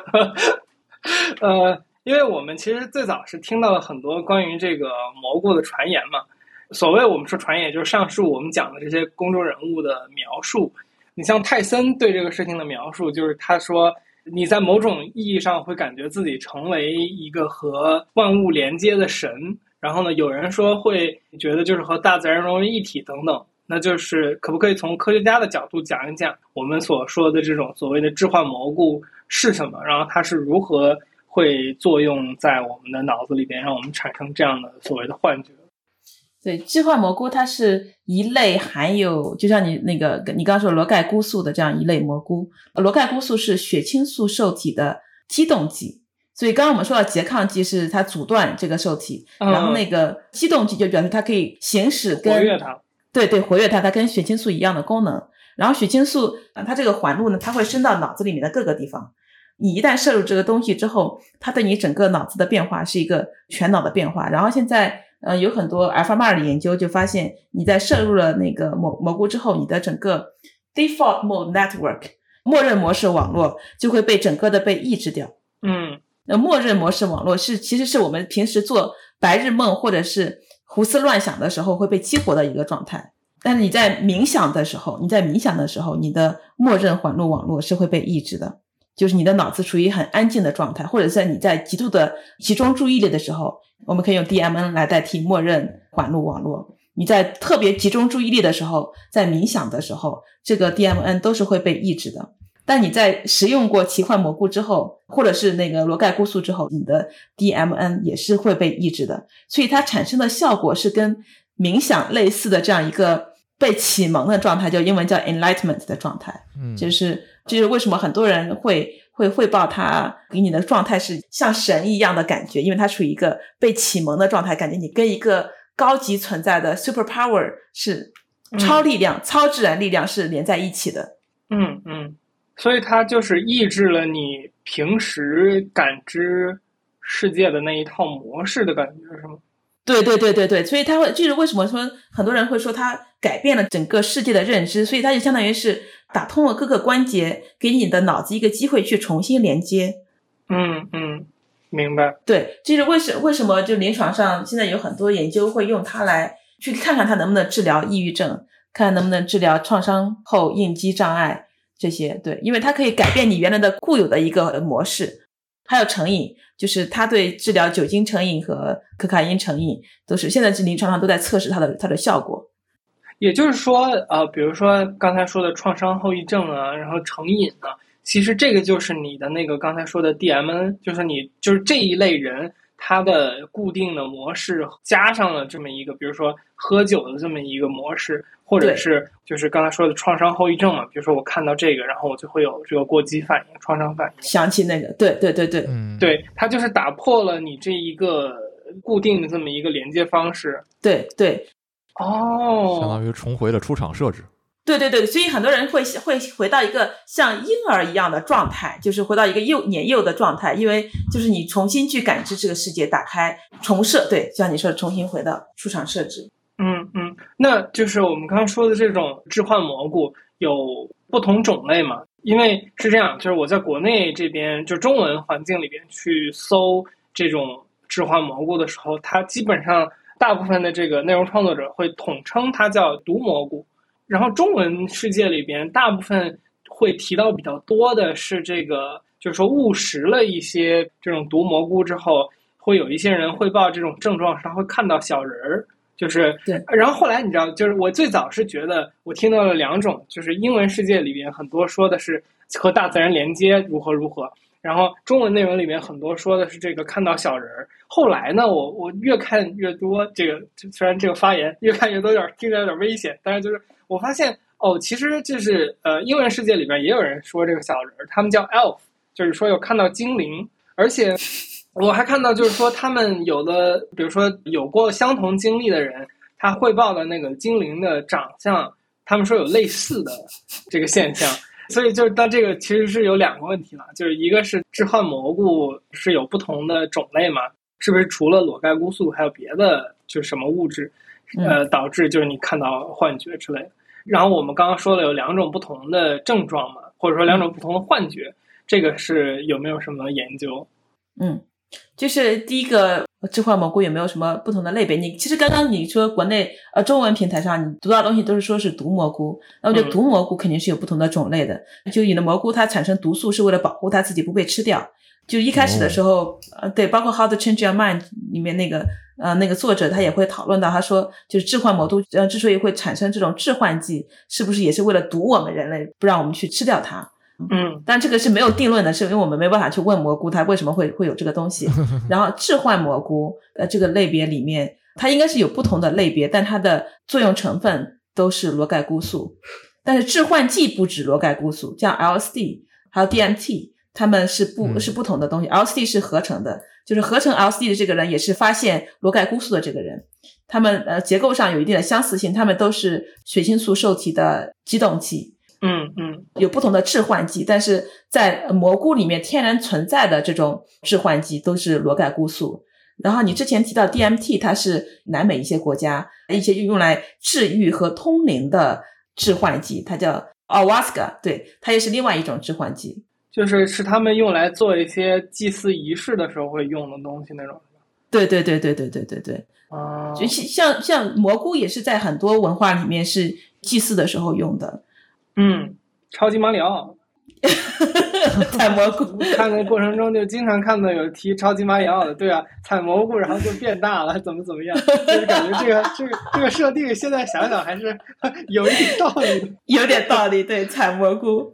呃，因为我们其实最早是听到了很多关于这个蘑菇的传言嘛。所谓我们说传言，也就是上述我们讲的这些公众人物的描述。你像泰森对这个事情的描述，就是他说你在某种意义上会感觉自己成为一个和万物连接的神，然后呢，有人说会觉得就是和大自然融为一体等等。那就是可不可以从科学家的角度讲一讲我们所说的这种所谓的致幻蘑菇是什么，然后它是如何会作用在我们的脑子里边，让我们产生这样的所谓的幻觉。 对，致幻蘑菇它是一类含有就像你那个你刚刚说螺盖菇素的这样一类蘑菇。螺盖菇素是血清素受体的激动剂，所以刚刚我们说到拮抗剂是它阻断这个受体、嗯、然后那个激动剂就表示它可以行使跟活跃它， 对对，活跃它，它跟血清素一样的功能。然后血清素它这个环路呢，它会伸到脑子里面的各个地方，你一旦摄入这个东西之后，它对你整个脑子的变化是一个全脑的变化。然后现在呃有很多 alpha 的研究就发现，你在摄入了那个蘑蘑菇之后，你的整个 default mode network 默认模式网络就会被整个的被抑制掉。 嗯， 那默认模式网络是其实是我们平时做白日梦或者是胡思乱想的时候会被激活的一个状态。但是你在冥想的时候，你在冥想的时候，你的默认环路网络是会被抑制的，就是你的脑子处于很安静的状态，或者在你在极度的集中注意力的时候，我们可以用 D M N 来代替默认环路网络。你在特别集中注意力的时候，在冥想的时候，这个 D M N 都是会被抑制的。但你在食用过奇幻蘑菇之后，或者是那个螺盖菇素之后，你的 D M N 也是会被抑制的。所以它产生的效果是跟冥想类似的这样一个被启蒙的状态，就英文叫 enlightenment 的状态。嗯，就是就是为什么很多人会会汇报他给你的状态是像神一样的感觉，因为它处于一个被启蒙的状态，感觉你跟一个高级存在的 superpower 是超力量、嗯、超自然力量是连在一起的。 嗯嗯，所以它就是抑制了你平时感知世界的那一套模式的感觉，是吗？ 对对对对对，所以它会，就是为什么说很多人会说它改变了整个世界的认知，所以它就相当于是打通了各个关节，给你的脑子一个机会去重新连接。 嗯嗯，明白。 对，就是为什为什么就临床上现在有很多研究会用它来去看看它能不能治疗抑郁症，看能不能治疗创伤后应激障碍这些。对，因为它可以改变你原来的固有的一个模式。还有成瘾，就是它对治疗酒精成瘾和可卡因成瘾都是现在临床上都在测试它的它的效果。 也就是说呃，比如说刚才说的创伤后遗症啊，然后成瘾啊，其实这个就是你的那个刚才说的 D M N， 就是你就是这一类人他的固定的模式加上了这么一个比如说喝酒的这么一个模式，或者是就是刚才说的创伤后遗症嘛，比如说我看到这个然后我就会有这个过激反应创伤反应， 想起那个对对对对、 嗯、对，它就是打破了你这一个固定的这么一个连接方式。 对对， 哦， 相当于重回了出厂设置。 对对对，所以很多人会会回到一个像婴儿一样的状态，就是回到一个幼年幼的状态，因为就是你重新去感知这个世界，打开重设，对，像你说的重新回到出厂设置。 嗯嗯，那就是我们刚刚说的这种置换蘑菇有不同种类嘛？因为是这样，就是我在国内这边就中文环境里边去搜这种置换蘑菇的时候，它基本上大部分的这个内容创作者会统称它叫毒蘑菇。然后中文世界里边大部分会提到比较多的是这个，就是说误食了一些这种毒蘑菇之后，会有一些人汇报这种症状是他会看到小人儿，就是对。 然后后来你知道，就是我最早是觉得我听到了两种，就是英文世界里边很多说的是和大自然连接如何如何，然后中文内容里面很多说的是这个看到小人儿。后来呢，我我越看越多，这个虽然这个发言越看越多，有点听起来有点危险，但是就是我发现哦，其实就是呃，英文世界里边也有人说这个小人，他们叫 elf， 就是说有看到精灵，而且我还看到就是说他们有的，比如说有过相同经历的人，他汇报的那个精灵的长相，他们说有类似的这个现象。所以就是但这个其实是有两个问题了，就是一个是置换蘑菇是有不同的种类嘛，是不是除了裸盖菇素还有别的就是什么物质呃，导致就是你看到幻觉之类的。然后我们刚刚说了有两种不同的症状嘛，或者说两种不同的幻觉，这个是有没有什么研究？ 嗯，就是第一个置换蘑菇有没有什么不同的类别？你其实刚刚你说国内呃中文平台上你读到的东西都是说是毒蘑菇，那我觉得毒蘑菇肯定是有不同的种类的。嗯、就有的蘑菇它产生毒素是为了保护它自己不被吃掉。就一开始的时候，哦、呃，对，包括 How to Change Your Mind 里面那个呃那个作者他也会讨论到，他说就是置换蘑菇呃之所以会产生这种致幻剂，是不是也是为了毒我们人类，不让我们去吃掉它？ 嗯， 但这个是没有定论的，是因为我们没办法去问蘑菇它为什么会会有这个东西。然后置换蘑菇呃这个类别里面，它应该是有不同的类别，但它的作用成分都是螺盖菇素，但是致幻剂不止螺盖菇素，像 L S D 还有 D M T。他们是不是不同的东西、嗯、L S D 是合成的，就是合成 L S D 的这个人也是发现螺盖菇素的这个人，他们呃结构上有一定的相似性，他们都是血清素受体的激动剂。 嗯嗯， 有不同的致幻剂，但是在蘑菇里面天然存在的这种致幻剂都是螺盖菇素。然后你之前提到 D M T， 它是南美一些国家一些用来治愈和通灵的致幻剂，它叫 Ayahuasca， 对，它也是另外一种致幻剂。 就是是他们用来做一些祭祀仪式的时候会用的东西那种。 对对对对对对对对。 啊， 就像像蘑菇也是在很多文化里面是祭祀的时候用的。 嗯，超级马里奥。 采蘑菇， 看的过程中就经常看到有提超级马里奥的，对啊，采蘑菇然后就变大了，怎么怎么样，就是感觉这个这个这个设定现在想想还是有一点道理的， 有点道理，对，采蘑菇。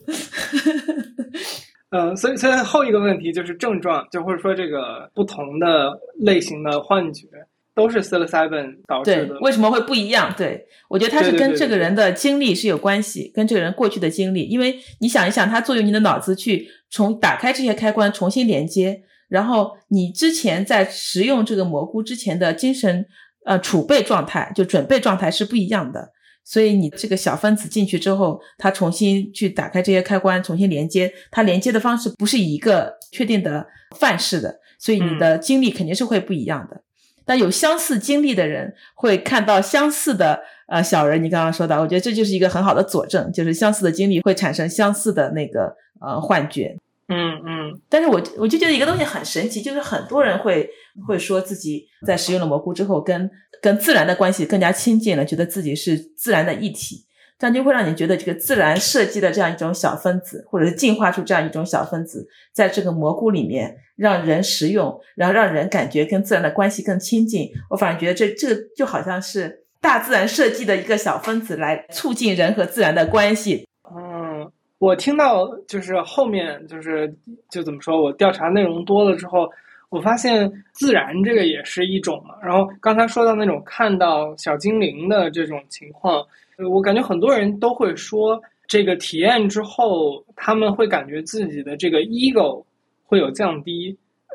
嗯，所以所以后一个问题就是症状，就或者说这个不同的类型的幻觉都是 psilocybin 导致的， 对，为什么会不一样？对，我觉得它是跟这个人的经历是有关系，对对对对，跟这个人过去的经历，因为你想一想，它作用你的脑子去重打开这些开关，重新连接，然后你之前在食用这个蘑菇之前的精神呃储备状态，就准备状态是不一样的。所以你这个小分子进去之后，它重新去打开这些开关，重新连接，它连接的方式不是以一个确定的范式的，所以你的经历肯定是会不一样的。嗯，但有相似经历的人会看到相似的呃小人，你刚刚说到，我觉得这就是一个很好的佐证，就是相似的经历会产生相似的那个呃幻觉。 嗯嗯， 但是我我就觉得一个东西很神奇，就是很多人会会说自己在食用了蘑菇之后跟跟自然的关系更加亲近了，觉得自己是自然的一体，这样就会让你觉得这个自然设计的这样一种小分子，或者是进化出这样一种小分子，在这个蘑菇里面让人食用，然后让人感觉跟自然的关系更亲近。我反而觉得这这就好像是大自然设计的一个小分子来促进人和自然的关系。 嗯，我听到就是后面就是就怎么说，我调查内容多了之后，我发现自然这个也是一种嘛。然后刚才说到那种看到小精灵的这种情况，我感觉很多人都会说，这个体验之后他们会感觉自己的这个 ego 会有降低。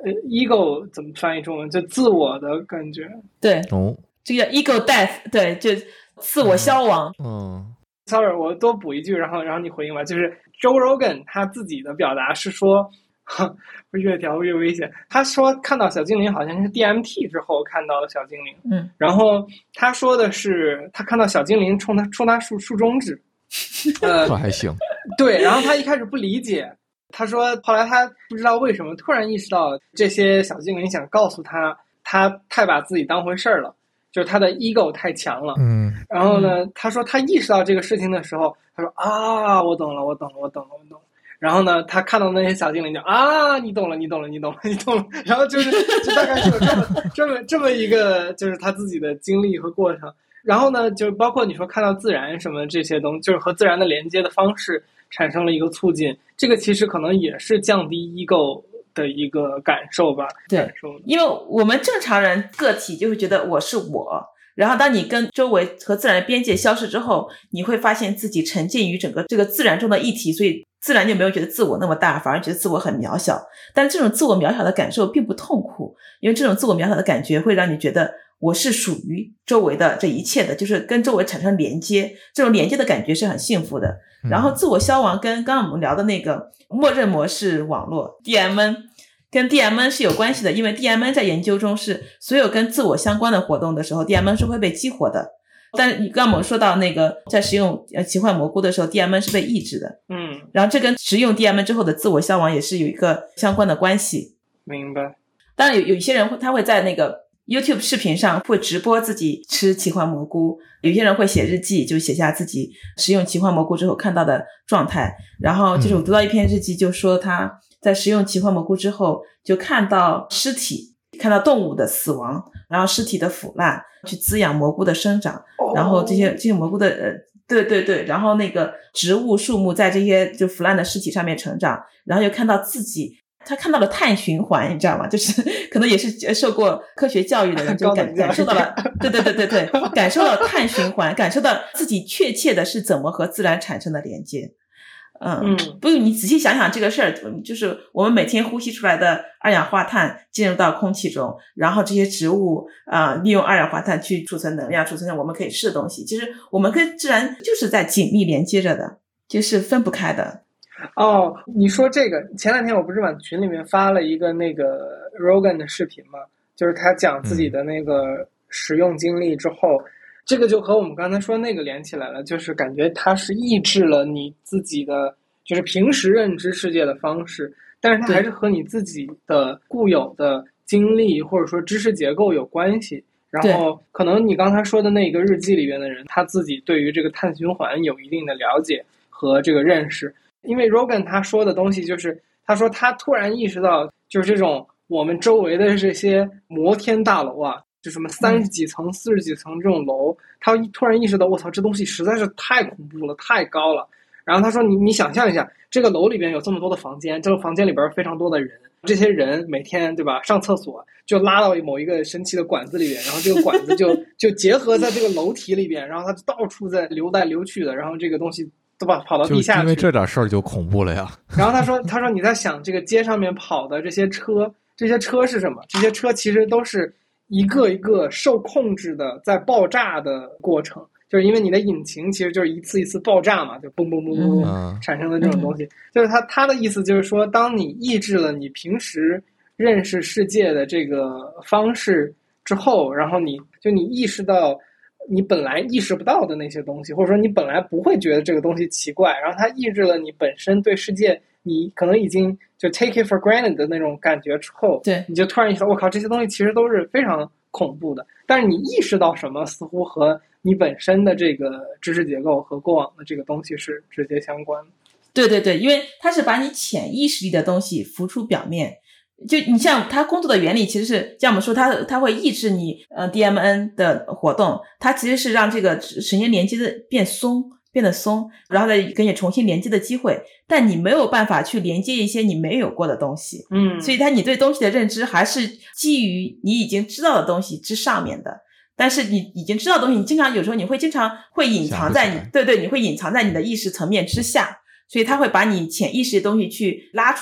呃 ego 怎么翻译中文？就自我的感觉。 对， 哦， 这个叫 ego death， 对，就自我消亡。 嗯 ，sorry， 我多补一句，然后然后你回应吧。就是 Joe Rogan 他自己的表达是说，越聊越危险。他说看到小精灵好像是 D M T 之后看到的小精灵， 嗯， 然后他说的是他看到小精灵冲他冲他竖竖中指，呃， 这还行。 对，然后他一开始不理解。他说后来他不知道为什么突然意识到这些小精灵想告诉他他太把自己当回事儿了，就是他的 ego 太强了。 嗯， 然后呢他说他意识到这个事情的时候，他说啊我懂了我懂了我懂了我懂了。然后呢他看到那些小精灵就啊你懂了你懂了你懂了你懂了。然后就是就大概是有这么这么这么一个就是他自己的经历和过程。然后呢就包括你说看到自然什么这些东西，就是和自然的连接的方式产生了一个促进，这个其实可能也是降低 ego 的一个感受吧。 对， 感受， 因为我们正常人个体就会觉得我是我，然后当你跟周围和自然的边界消失之后，你会发现自己沉浸于整个这个自然中的一体，所以自然就没有觉得自我那么大，反而觉得自我很渺小。但是这种自我渺小的感受并不痛苦，因为这种自我渺小的感觉会让你觉得我是属于周围的这一切的，就是跟周围产生连接，这种连接的感觉是很幸福的。然后自我消亡跟刚刚我们聊的那个默认模式网络 D M N 跟 D M N 是有关系的，因为 D M N 在研究中是所有跟自我相关的活动的时候 D M N 是会被激活的。但是你刚刚我们说到那个在使用呃奇幻蘑菇的时候 D M N 是被抑制的， 嗯， 然后这跟使用 D M N 之后的自我消亡也是有一个相关的关系。 明白。 当然有有一些人会他会在那个YouTube 视频上会直播自己吃奇幻蘑菇，有些人会写日记，就写下自己食用奇幻蘑菇之后看到的状态。然后就是我读到一篇日记，就说他在食用奇幻蘑菇之后就看到尸体，看到动物的死亡，然后尸体的腐烂去滋养蘑菇的生长，然后这些这些蘑菇的呃对对对，然后那个植物树木在这些就腐烂的尸体上面成长，然后又看到自己他看到了碳循环，你知道吗？就是可能也是受过科学教育的人就感感受到了，对对对对对，感受到碳循环，感受到自己确切的是怎么和自然产生的连接。嗯，不过你仔细想想这个事儿，就是我们每天呼吸出来的二氧化碳进入到空气中，然后这些植物啊、呃、利用二氧化碳去储存能量，储存我们可以吃的东西。其实我们跟自然就是在紧密连接着的，就是分不开的。 哦，你说这个，前两天我不是往群里面发了一个那个 Rogan 的视频嘛，就是他讲自己的那个使用经历之后、嗯、这个就和我们刚才说那个连起来了，就是感觉它是抑制了你自己的就是平时认知世界的方式，但是它还是和你自己的固有的经历或者说知识结构有关系。然后可能你刚才说的那个日记里边的人，他自己对于这个碳循环有一定的了解和这个认识。因为 Rogan 他说的东西就是他说他突然意识到，就是这种我们周围的这些摩天大楼啊，就什么三十几层四十几层这种楼，他突然意识到我操这东西实在是太恐怖了太高了。然后他说你你想象一下，这个楼里边有这么多的房间，这个房间里边非常多的人，这些人每天对吧上厕所就拉到某一个神奇的管子里边，然后这个管子就就结合在这个楼体里边，然后它就到处在流来流去的，然后这个东西都把跑到地下去， 就因为这点事儿就恐怖了呀。 然后他说他说你在想这个街上面跑的这些车，这些车是什么？这些车其实都是一个一个受控制的在爆炸的过程，就是因为你的引擎其实就是一次一次爆炸嘛，就嘣嘣嘣嘣嘣产生的这种东西。就是他他的意思就是说，当你抑制了你平时认识世界的这个方式之后，然后你就你意识到你本来意识不到的那些东西，或者说你本来不会觉得这个东西奇怪，然后它抑制了你本身对世界你可能已经就 take it for granted 的那种感觉之后， 对， 你就突然意识到我靠这些东西其实都是非常恐怖的，但是你意识到什么似乎和你本身的这个知识结构和过往的这个东西是直接相关的。 对对对，因为它是把你潜意识里的东西浮出表面。就你像它工作的原理其实是像我们说它它会抑制你呃 D M N 的活动，它其实是让这个神经连接的变松变得松，然后再给你重新连接的机会，但你没有办法去连接一些你没有过的东西。 嗯， 所以它你对东西的认知还是基于你已经知道的东西之上面的，但是你已经知道的东西你经常有时候你会经常会隐藏在你对对你会隐藏在你的意识层面之下，所以它会把你潜意识的东西去拉出来，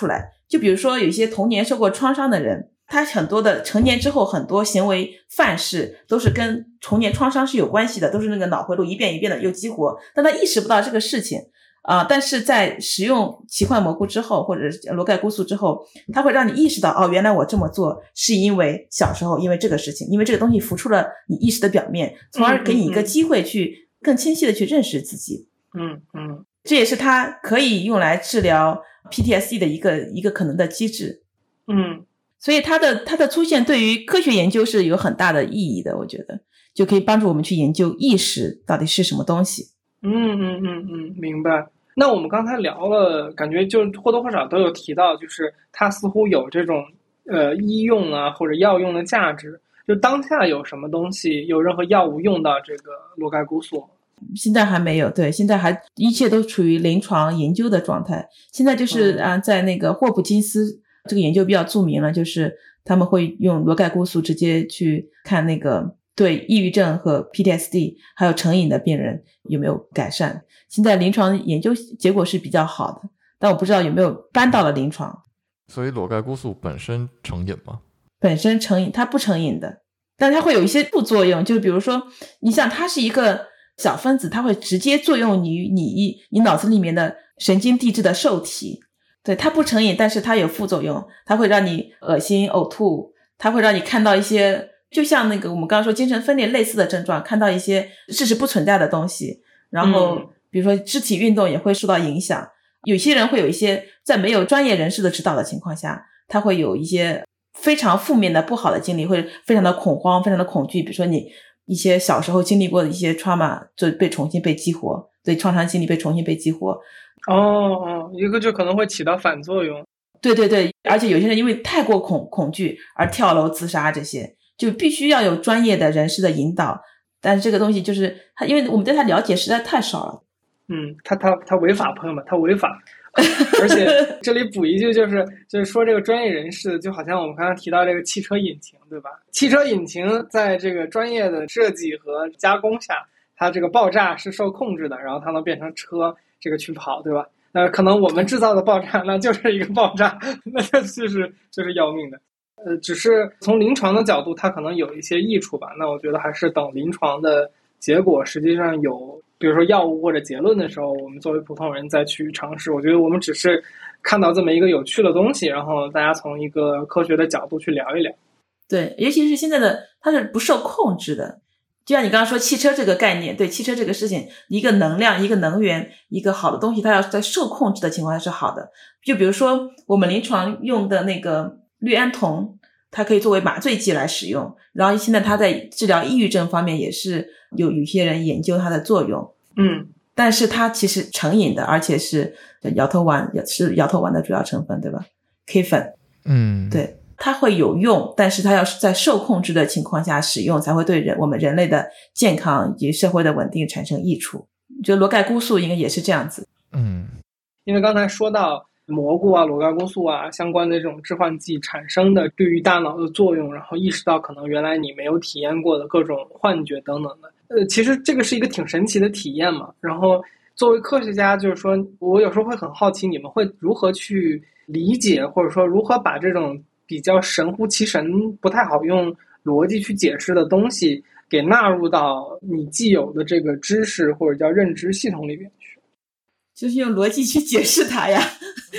就比如说有一些童年受过创伤的人，他很多的成年之后很多行为范式都是跟童年创伤是有关系的，都是那个脑回路一遍一遍的又激活，但他意识不到这个事情啊、呃，但是在使用奇幻蘑菇之后或者罗盖菇素之后，它会让你意识到，哦，原来我这么做是因为小时候因为这个事情，因为这个东西浮出了你意识的表面，从而给你一个机会去更清晰的去认识自己。 嗯嗯， 这也是它可以用来治疗 P T S D 的一个一个可能的机制。 嗯， 所以它的它的出现对于科学研究是有很大的意义的，我觉得就可以帮助我们去研究意识到底是什么东西。 嗯嗯嗯嗯，明白。那我们刚才聊了，感觉就或多或少都有提到，就是它似乎有这种呃医用啊或者药用的价值。就当下有什么东西有任何药物用到这个罗盖菇素吗？ 现在还没有，对，现在还一切都处于临床研究的状态。现在就是啊、嗯，在那个霍普金斯这个研究比较著名了，就是他们会用罗盖菇素直接去看那个对抑郁症和 P T S D 还有成瘾的病人有没有改善。现在临床研究结果是比较好的，但我不知道有没有搬到了临床。 所以罗盖菇素本身成瘾吗？ 本身成瘾，它不成瘾的，但它会有一些副作用，就是比如说你像它是一个小分子，它会直接作用于你你脑子里面的神经递质的受体。对，它不成瘾，但是它有副作用，它会让你恶心呕吐，它会让你看到一些就像那个我们刚刚说精神分裂类似的症状，看到一些事实不存在的东西，然后比如说肢体运动也会受到影响。有些人会有一些在没有专业人士的指导的情况下，他会有一些非常负面的不好的经历，会非常的恐慌，非常的恐惧，比如说你一些小时候经历过的一些 trauma 就被重新被激活，对，创伤经历被重新被激活。 哦哦，一个就可能会起到反作用。 对对对，而且有些人因为太过恐恐惧而跳楼自杀，这些就必须要有专业的人士的引导。但是这个东西就是他，因为我们对他了解实在太少了。 嗯，他他他违法，朋友们，他违法。而且这里补一句，就是就是说这个专业人士，就好像我们刚刚提到这个汽车引擎，对吧？汽车引擎在这个专业的设计和加工下，它这个爆炸是受控制的，然后它能变成车这个去跑，对吧？呃，可能我们制造的爆炸那就是一个爆炸，那就是就是要命的。呃，只是从临床的角度，它可能有一些益处吧。那我觉得还是等临床的结果实际上有，比如说药物或者结论的时候，我们作为普通人再去尝试。我觉得我们只是看到这么一个有趣的东西，然后大家从一个科学的角度去聊一聊。 对，尤其是现在的它是不受控制的。就像你刚刚说汽车这个概念，对汽车这个事情，一个能量，一个能源，一个好的东西，它要在受控制的情况下是好的。就比如说我们临床用的那个氯胺酮，它可以作为麻醉剂来使用，然后现在它在治疗抑郁症方面也是有有一些人研究它的作用。 嗯， 但是它其实成瘾的，而且是摇头丸，是摇头丸的主要成分，对吧？ K 粉。 嗯， 对，它会有用，但是它要是在受控制的情况下使用，才会对人我们人类的健康以及社会的稳定产生益处。就罗盖菇素应该也是这样子。 嗯， 因为刚才说到蘑菇啊、罗盖菇素啊相关的这种致幻剂产生的对于大脑的作用，然后意识到可能原来你没有体验过的各种幻觉等等的。呃，其实这个是一个挺神奇的体验嘛。然后作为科学家，就是说我有时候会很好奇，你们会如何去理解，或者说如何把这种比较神乎其神、不太好用逻辑去解释的东西给纳入到你既有的这个知识或者叫认知系统里面去。 就是用逻辑去解释它呀。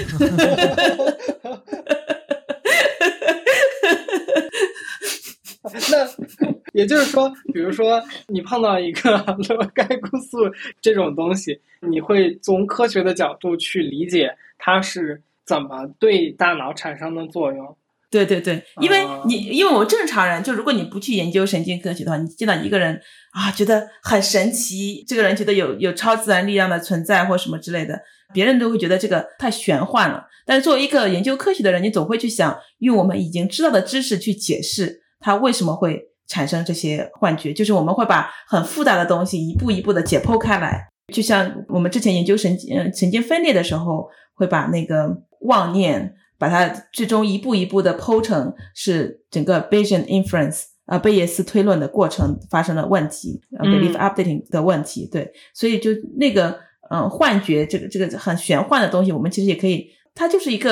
那也就是说，比如说你碰到一个罗盖菇素这种东西，你会从科学的角度去理解它是怎么对大脑产生的作用。 对对对，因为你因为我正常人，就如果你不去研究神经科学的话，你见到一个人啊，觉得很神奇，这个人觉得有有超自然力量的存在或什么之类的，别人都会觉得这个太玄幻了。但是作为一个研究科学的人，你总会去想用我们已经知道的知识去解释它为什么会产生这些幻觉，就是我们会把很复杂的东西一步一步的解剖开来。就像我们之前研究神经神经分裂的时候，会把那个妄念把它最终一步一步的剖成是整个 Bayesian inference 啊、呃、贝叶斯推论的过程发生了问题、呃、belief updating 的问题。对，所以就那个嗯、呃、幻觉这个这个很玄幻的东西，我们其实也可以，它就是一个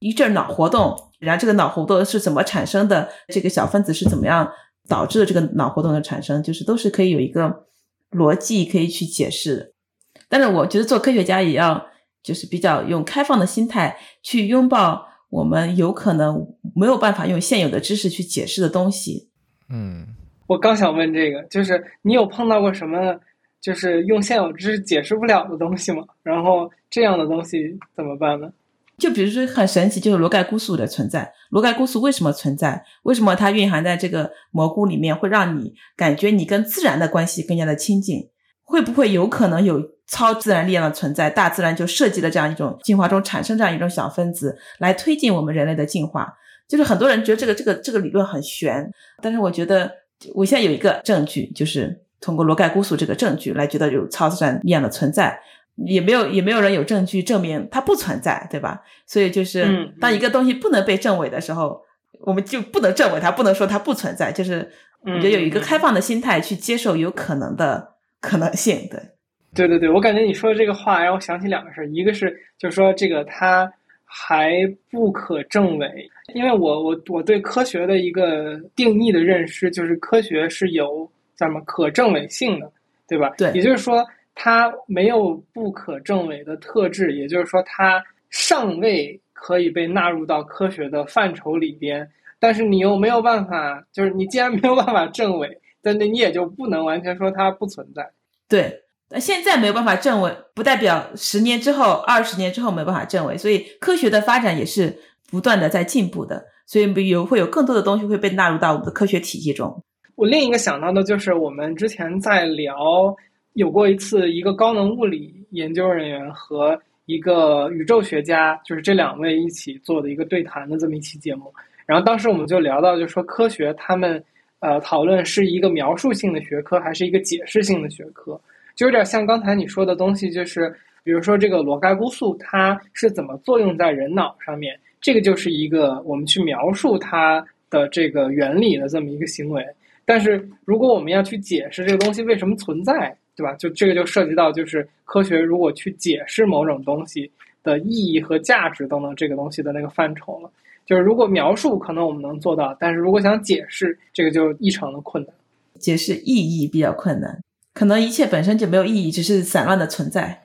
一阵脑活动，然后这个脑活动是怎么产生的，这个小分子是怎么样导致的这个脑活动的产生，就是都是可以有一个逻辑可以去解释的。但是我觉得做科学家也要就是比较用开放的心态去拥抱我们有可能没有办法用现有的知识去解释的东西。 嗯， 我刚想问这个，就是你有碰到过什么就是用现有知识解释不了的东西吗？然后这样的东西怎么办呢？ 就比如说很神奇，就是螺盖菇素的存在。螺盖菇素为什么存在？为什么它蕴含在这个蘑菇里面，会让你感觉你跟自然的关系更加的亲近？会不会有可能有超自然力量的存在？大自然就设计了这样一种进化中产生这样一种小分子，来推进我们人类的进化。就是很多人觉得这个这个这个理论很玄，但是我觉得我现在有一个证据，就是通过螺盖菇素这个证据来觉得有超自然力量的存在。也没有也没有人有证据证明它不存在，对吧？所以就是当一个东西不能被证伪的时候，嗯、我们就不能证伪它，不能说它不存在，就是我觉得有一个开放的心态去接受有可能的可能性。对对对对，我感觉你说的这个话让我想起两个事，一个是就是说这个它还不可证伪，因为我我我对科学的一个定义的认识就是科学是有叫什么可证伪性的，对吧？ 对， 也就是说它没有不可证伪的特质，也就是说它尚未可以被纳入到科学的范畴里边，但是你又没有办法，就是你既然没有办法证伪，但你也就不能完全说它不存在。 对，现在没有办法证伪，不代表十年之后二十年之后没有办法证伪，所以科学的发展也是不断的在进步的，所以有会有更多的东西会被纳入到我们的科学体系中。 我另一个想到的就是我们之前在聊有过一次一个高能物理研究人员和一个宇宙学家，就是这两位一起做的一个对谈的这么一期节目。然后当时我们就聊到，就是说科学他们呃讨论是一个描述性的学科还是一个解释性的学科，就有点像刚才你说的东西，就是比如说这个螺盖菇素它是怎么作用在人脑上面，这个就是一个我们去描述它的这个原理的这么一个行为。但是如果我们要去解释这个东西为什么存在，对吧？就这个就涉及到就是科学如果去解释某种东西的意义和价值等等这个东西的那个范畴了。就是如果描述可能我们能做到，但是如果想解释，这个就异常的困难。 解释意义比较困难，可能一切本身就没有意义，只是散乱的存在。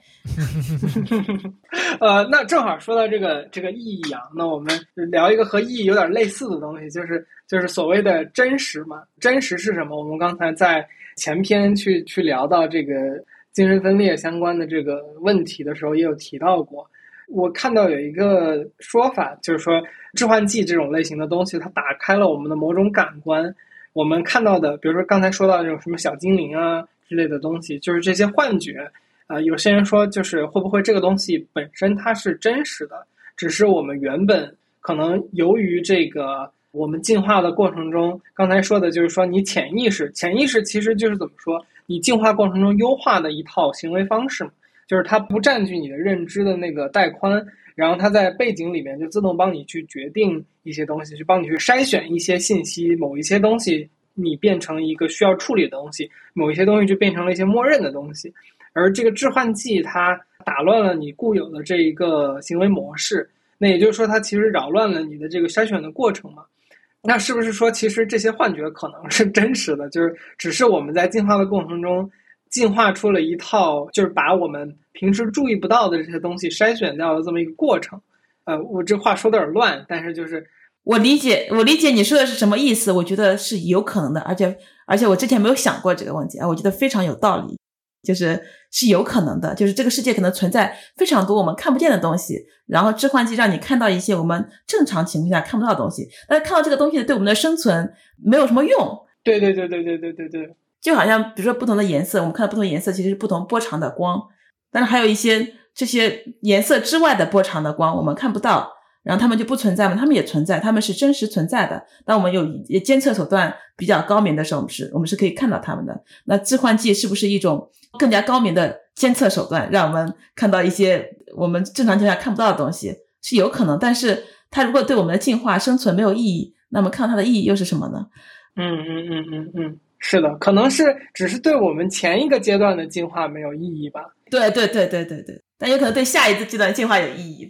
呃，那正好说到这个这个意义啊，那我们聊一个和意义有点类似的东西，就是就是所谓的真实嘛。真实是什么？我们刚才在前篇去去聊到这个精神分裂相关的这个问题的时候，也有提到过。我看到有一个说法，就是说致幻剂这种类型的东西，它打开了我们的某种感官。我们看到的，比如说刚才说到这种什么小精灵啊之类的东西，就是这些幻觉。呃，有些人说，就是会不会这个东西本身它是真实的，只是我们原本可能由于这个我们进化的过程中，刚才说的就是说你潜意识，潜意识其实就是怎么说，你进化过程中优化的一套行为方式嘛，就是它不占据你的认知的那个带宽，然后它在背景里面就自动帮你去决定一些东西，去帮你去筛选一些信息，某一些东西你变成一个需要处理的东西，某一些东西就变成了一些默认的东西。而这个致幻剂它打乱了你固有的这一个行为模式，那也就是说它其实扰乱了你的这个筛选的过程嘛。那是不是说其实这些幻觉可能是真实的，就是只是我们在进化的过程中进化出了一套就是把我们平时注意不到的这些东西筛选掉的这么一个过程。呃，我这话说的有点乱，但是就是我理解我理解你说的是什么意思，我觉得是有可能的，而且而且我之前没有想过这个问题啊，我觉得非常有道理。就是是有可能的，就是这个世界可能存在非常多我们看不见的东西，然后致幻剂让你看到一些我们正常情况下看不到的东西，但是看到这个东西对我们的生存没有什么用。 对对对对对对对对， 就好像比如说不同的颜色，我们看到不同颜色其实是不同波长的光，但是还有一些这些颜色之外的波长的光我们看不到，然后他们就不存在吗？他们也存在，他们是真实存在的。当我们有监测手段比较高明的时候，我们是我们是可以看到他们的。那致幻剂是不是一种更加高明的监测手段，让我们看到一些我们正常情况下看不到的东西？是有可能，但是它如果对我们的进化生存没有意义，那么看到它的意义又是什么呢？ 嗯嗯嗯嗯嗯，是的，可能是只是对我们前一个阶段的进化没有意义吧。 对对对对对对，但有可能对下一个阶段进化有意义。对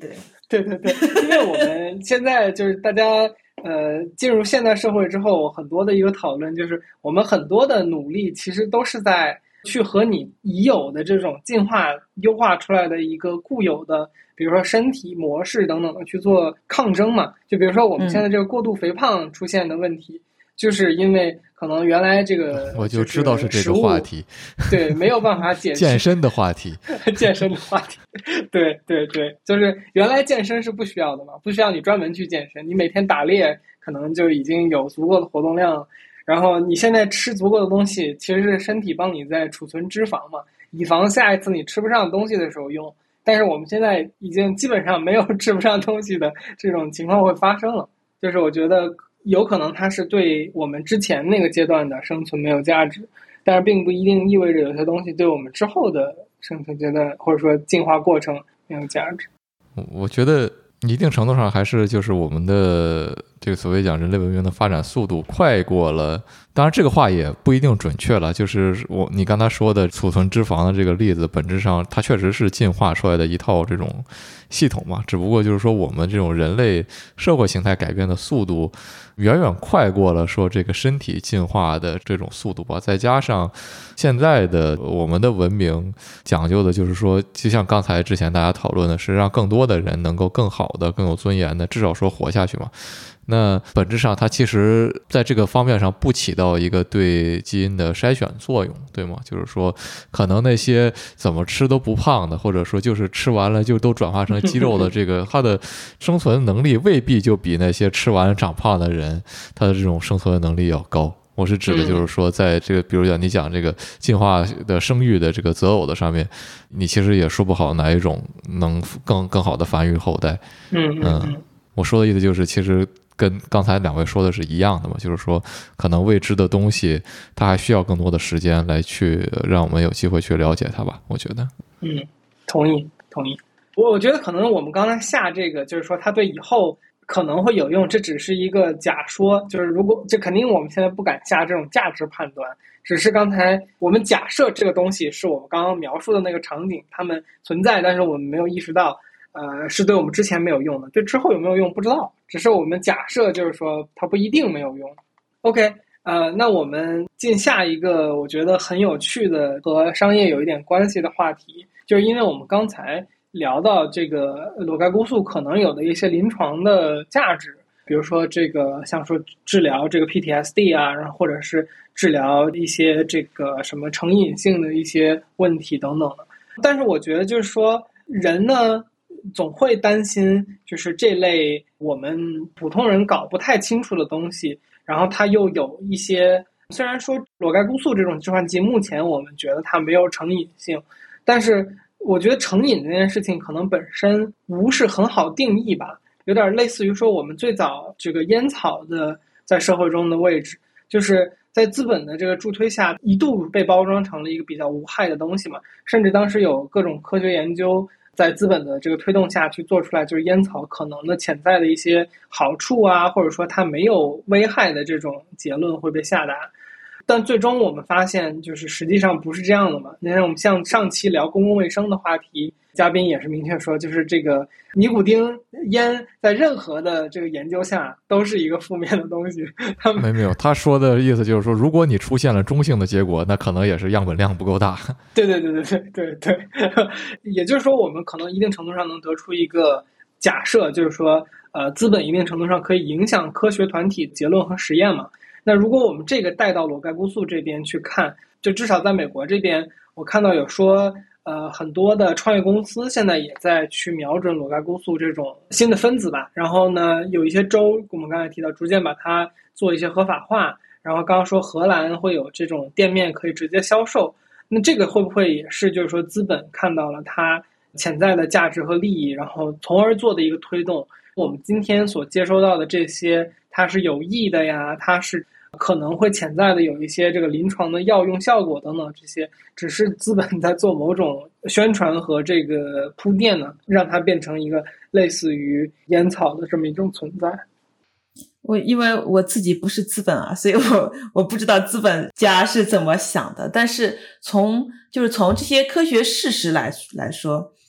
对对对，因为我们现在就是大家呃进入现代社会之后，很多的一个讨论就是我们很多的努力其实都是在去和你已有的这种进化优化出来的一个固有的比如说身体模式等等的去做抗争嘛。就比如说我们现在这个过度肥胖出现的问题、嗯、就是因为可能原来这个我就知道是这个话题， 对，没有办法解释健身的话题健身的话题对对对，就是原来健身是不需要的嘛，不需要你专门去健身，你每天打猎可能就已经有足够的活动量，然后你现在吃足够的东西，其实是身体帮你在储存脂肪嘛，以防下一次你吃不上东西的时候用。但是我们现在已经基本上没有吃不上东西的这种情况会发生了，就是我觉得有可能它是对我们之前那个阶段的生存没有价值，但是并不一定意味着有些东西对我们之后的生存阶段或者说进化过程没有价值。 我觉得一定程度上还是就是我们的这个所谓讲人类文明的发展速度快过了，当然这个话也不一定准确了，就是我你刚才说的储存脂肪的这个例子，本质上它确实是进化出来的一套这种系统嘛，只不过就是说我们这种人类社会形态改变的速度远远快过了说这个身体进化的这种速度吧，再加上现在的我们的文明讲究的就是说，就像刚才之前大家讨论的是让更多的人能够更好的更有尊严的至少说活下去嘛，那本质上它其实在这个方面上不起到一个对基因的筛选作用，对吗？就是说可能那些怎么吃都不胖的，或者说就是吃完了就都转化成肌肉的，这个它的生存能力未必就比那些吃完了长胖的人他的这种生存能力要高。我是指的就是说在这个比如讲你讲这个进化的生育的这个择偶的上面，你其实也说不好哪一种能更更好的繁育后代。 嗯嗯， 我说的意思就是其实跟刚才两位说的是一样的嘛，就是说可能未知的东西它还需要更多的时间来去让我们有机会去了解它吧，我觉得。 嗯，同意同意。我我觉得可能我们刚才下这个就是说它对以后可能会有用，这只是一个假说，就是如果这肯定我们现在不敢下这种价值判断，只是刚才我们假设这个东西是我们刚刚描述的那个场景它们存在，但是我们没有意识到呃，是对我们之前没有用的，对之后有没有用不知道，只是我们假设就是说它不一定没有用。 OK， 呃，那我们进下一个我觉得很有趣的和商业有一点关系的话题，就是因为我们刚才聊到这个裸盖菇素可能有的一些临床的价值，比如说这个像说治疗这个 P T S D 啊，然后或者是治疗一些这个什么成瘾性的一些问题等等的。但是我觉得就是说人呢总会担心就是这类我们普通人搞不太清楚的东西，然后它又有一些，虽然说裸盖菇素这种致幻剂目前我们觉得它没有成瘾性，但是我觉得成瘾这件事情可能本身不是很好定义吧，有点类似于说我们最早这个烟草的在社会中的位置，就是在资本的这个助推下一度被包装成了一个比较无害的东西嘛，甚至当时有各种科学研究在资本的这个推动下去做出来，就是烟草可能的潜在的一些好处啊，或者说它没有危害的这种结论会被下达。但最终我们发现就是实际上不是这样的嘛。那我们像上期聊公共卫生的话题，嘉宾也是明确说，就是这个尼古丁烟在任何的这个研究下都是一个负面的东西。他们没有，他说的意思就是说，如果你出现了中性的结果，那可能也是样本量不够大。 对对对对对对对，也就是说，我们可能一定程度上能得出一个假设，就是说，呃，资本一定程度上可以影响科学团体结论和实验嘛。那如果我们这个带到裸盖菇素这边去看，就至少在美国这边，我看到有说，呃，很多的创业公司现在也在去瞄准裸盖菇素这种新的分子吧。然后呢，有一些州，我们刚才提到，逐渐把它做一些合法化。然后刚刚说荷兰会有这种店面可以直接销售，那这个会不会也是就是说资本看到了它潜在的价值和利益，然后从而做的一个推动？我们今天所接收到的这些，它是有益的呀，它是可能会潜在的有一些这个临床的药用效果等等，这些只是资本在做某种宣传和这个铺垫呢，让它变成一个类似于烟草的这么一种存在。 我因为我自己不是资本啊，所以我我不知道资本家是怎么想的。但是从就是从这些科学事实来来说，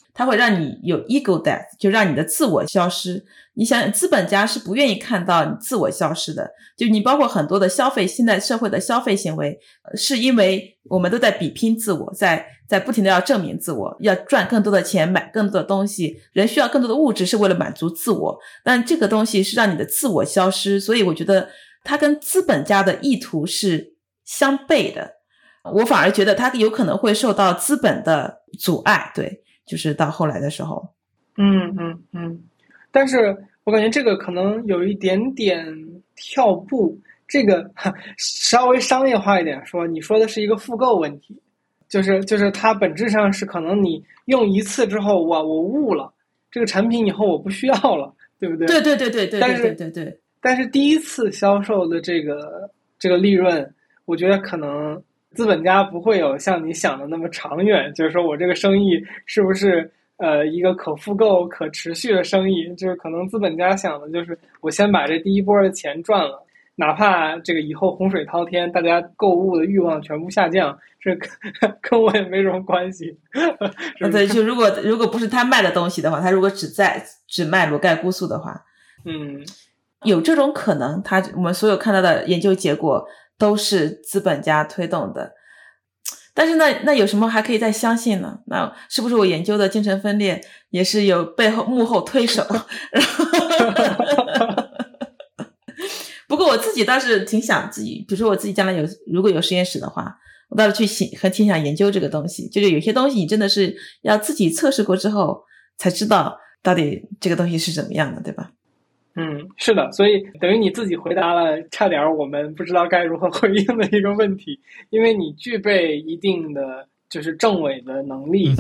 它会让你有 ego death， 就让你的自我消失。你想资本家是不愿意看到你自我消失的，就你包括很多的消费，现在社会的消费行为是因为我们都在比拼自我，在在不停的要证明自我，要赚更多的钱，买更多的东西，人需要更多的物质是为了满足自我，但这个东西是让你的自我消失，所以我觉得它跟资本家的意图是相悖的。我反而觉得它有可能会受到资本的阻碍，对，就是到后来的时候。 嗯嗯嗯，但是我感觉这个可能有一点点跳步，这个稍微商业化一点说，你说的是一个复购问题，就是就是它本质上是可能你用一次之后，哇，我悟了这个产品以后我不需要了，对不对？ 对对对对对对对对对。 但是第一次销售的这个这个利润，我觉得可能资本家不会有像你想的那么长远，就是说我这个生意是不是呃一个可复购可持续的生意，就是可能资本家想的就是我先把这第一波的钱赚了，哪怕这个以后洪水滔天，大家购物的欲望全部下降，这跟我也没什么关系。 对，就如果如果不是他卖的东西的话，他如果只在只卖裸盖菇素的话， 嗯， 有这种可能，他我们所有看到的研究结果都是资本家推动的。但是那那有什么还可以再相信呢？那是不是我研究的精神分裂也是有背后幕后推手？不过我自己倒是挺想自己，比如说我自己将来有如果有实验室的话，我倒是去很挺想研究这个东西。就是有些东西你真的是要自己测试过之后才知道到底这个东西是怎么样的，对吧？ 嗯，是的，所以等于你自己回答了差点我们不知道该如何回应的一个问题，因为你具备一定的就是证伪的能力。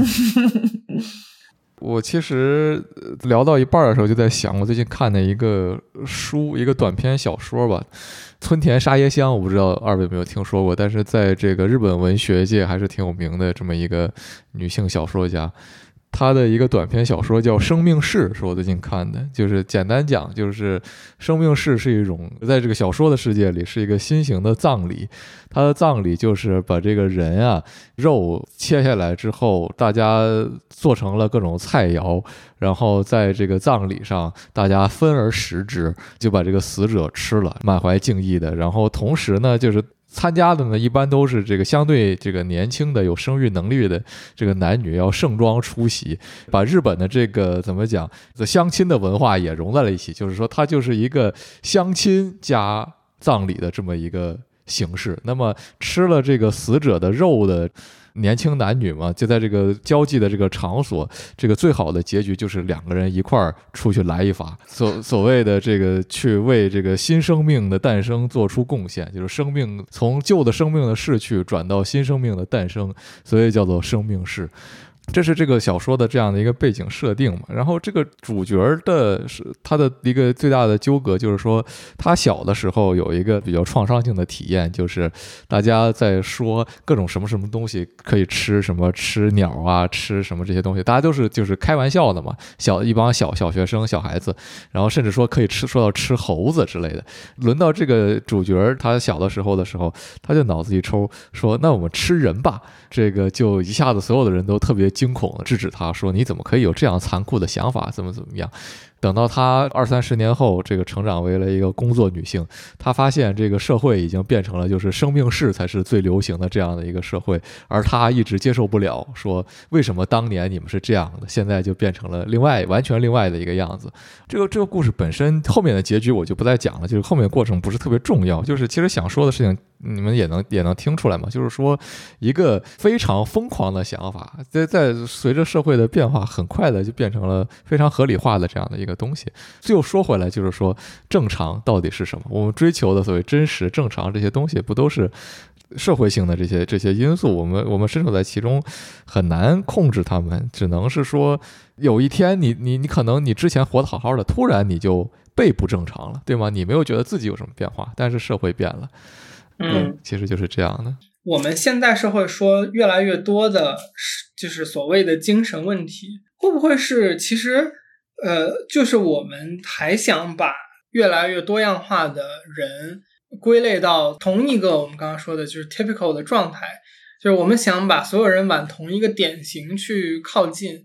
我其实聊到一半的时候就在想，我最近看的一个书，一个短篇小说吧，村田沙耶香，我不知道二位有没有听说过，但是在这个日本文学界还是挺有名的这么一个女性小说家。他的一个短篇小说叫《生命式》，是我最近看的。就是简单讲，就是生命式是一种在这个小说的世界里是一个新型的葬礼。他的葬礼就是把这个人啊肉切下来之后，大家做成了各种菜肴，然后在这个葬礼上大家分而食之，就把这个死者吃了，满怀敬意的。然后同时呢，就是参加的呢，一般都是这个相对这个年轻的有生育能力的这个男女要盛装出席，把日本的这个怎么讲，相亲的文化也融在了一起，就是说它就是一个相亲加葬礼的这么一个形式。那么吃了这个死者的肉的年轻男女嘛，就在这个交际的这个场所，这个最好的结局就是两个人一块儿出去来一发，所所谓的这个去为这个新生命的诞生做出贡献，就是生命从旧的生命的逝去转到新生命的诞生，所以叫做生命式。这是这个小说的这样的一个背景设定嘛。然后这个主角的是他的一个最大的纠葛，就是说他小的时候有一个比较创伤性的体验，就是大家在说各种什么什么东西可以吃，什么吃鸟啊，吃什么这些东西，大家都是就是开玩笑的嘛，小一帮小小学生小孩子，然后甚至说可以吃说到吃猴子之类的。轮到这个主角他小的时候的时候，他就脑子一抽说那我们吃人吧，这个就一下子所有的人都特别惊恐的制止他说你怎么可以有这样残酷的想法，怎么怎么样。等到她二三十年后这个成长为了一个工作女性，她发现这个社会已经变成了就是生命式才是最流行的这样的一个社会，而她一直接受不了，说为什么当年你们是这样的，现在就变成了另外完全另外的一个样子。这个这个故事本身后面的结局我就不再讲了，就是后面的过程不是特别重要，就是其实想说的事情你们也能也能听出来嘛，就是说一个非常疯狂的想法在在随着社会的变化很快的就变成了非常合理化的这样的一个东西。最后说回来就是说正常到底是什么，我们追求的所谓真实正常这些东西不都是社会性的这些这些因素，我们我们身处在其中很难控制他们，只能是说有一天你你你可能你之前活得好好的，突然你就被不正常了，对吗？你没有觉得自己有什么变化，但是社会变了。嗯，其实就是这样的。 我们现代社会说越来越多的就是所谓的精神问题，会不会是其实呃，就是我们还想把越来越多样化的人归类到同一个我们刚刚说的就是 typical 的状态，就是我们想把所有人往同一个典型去靠近，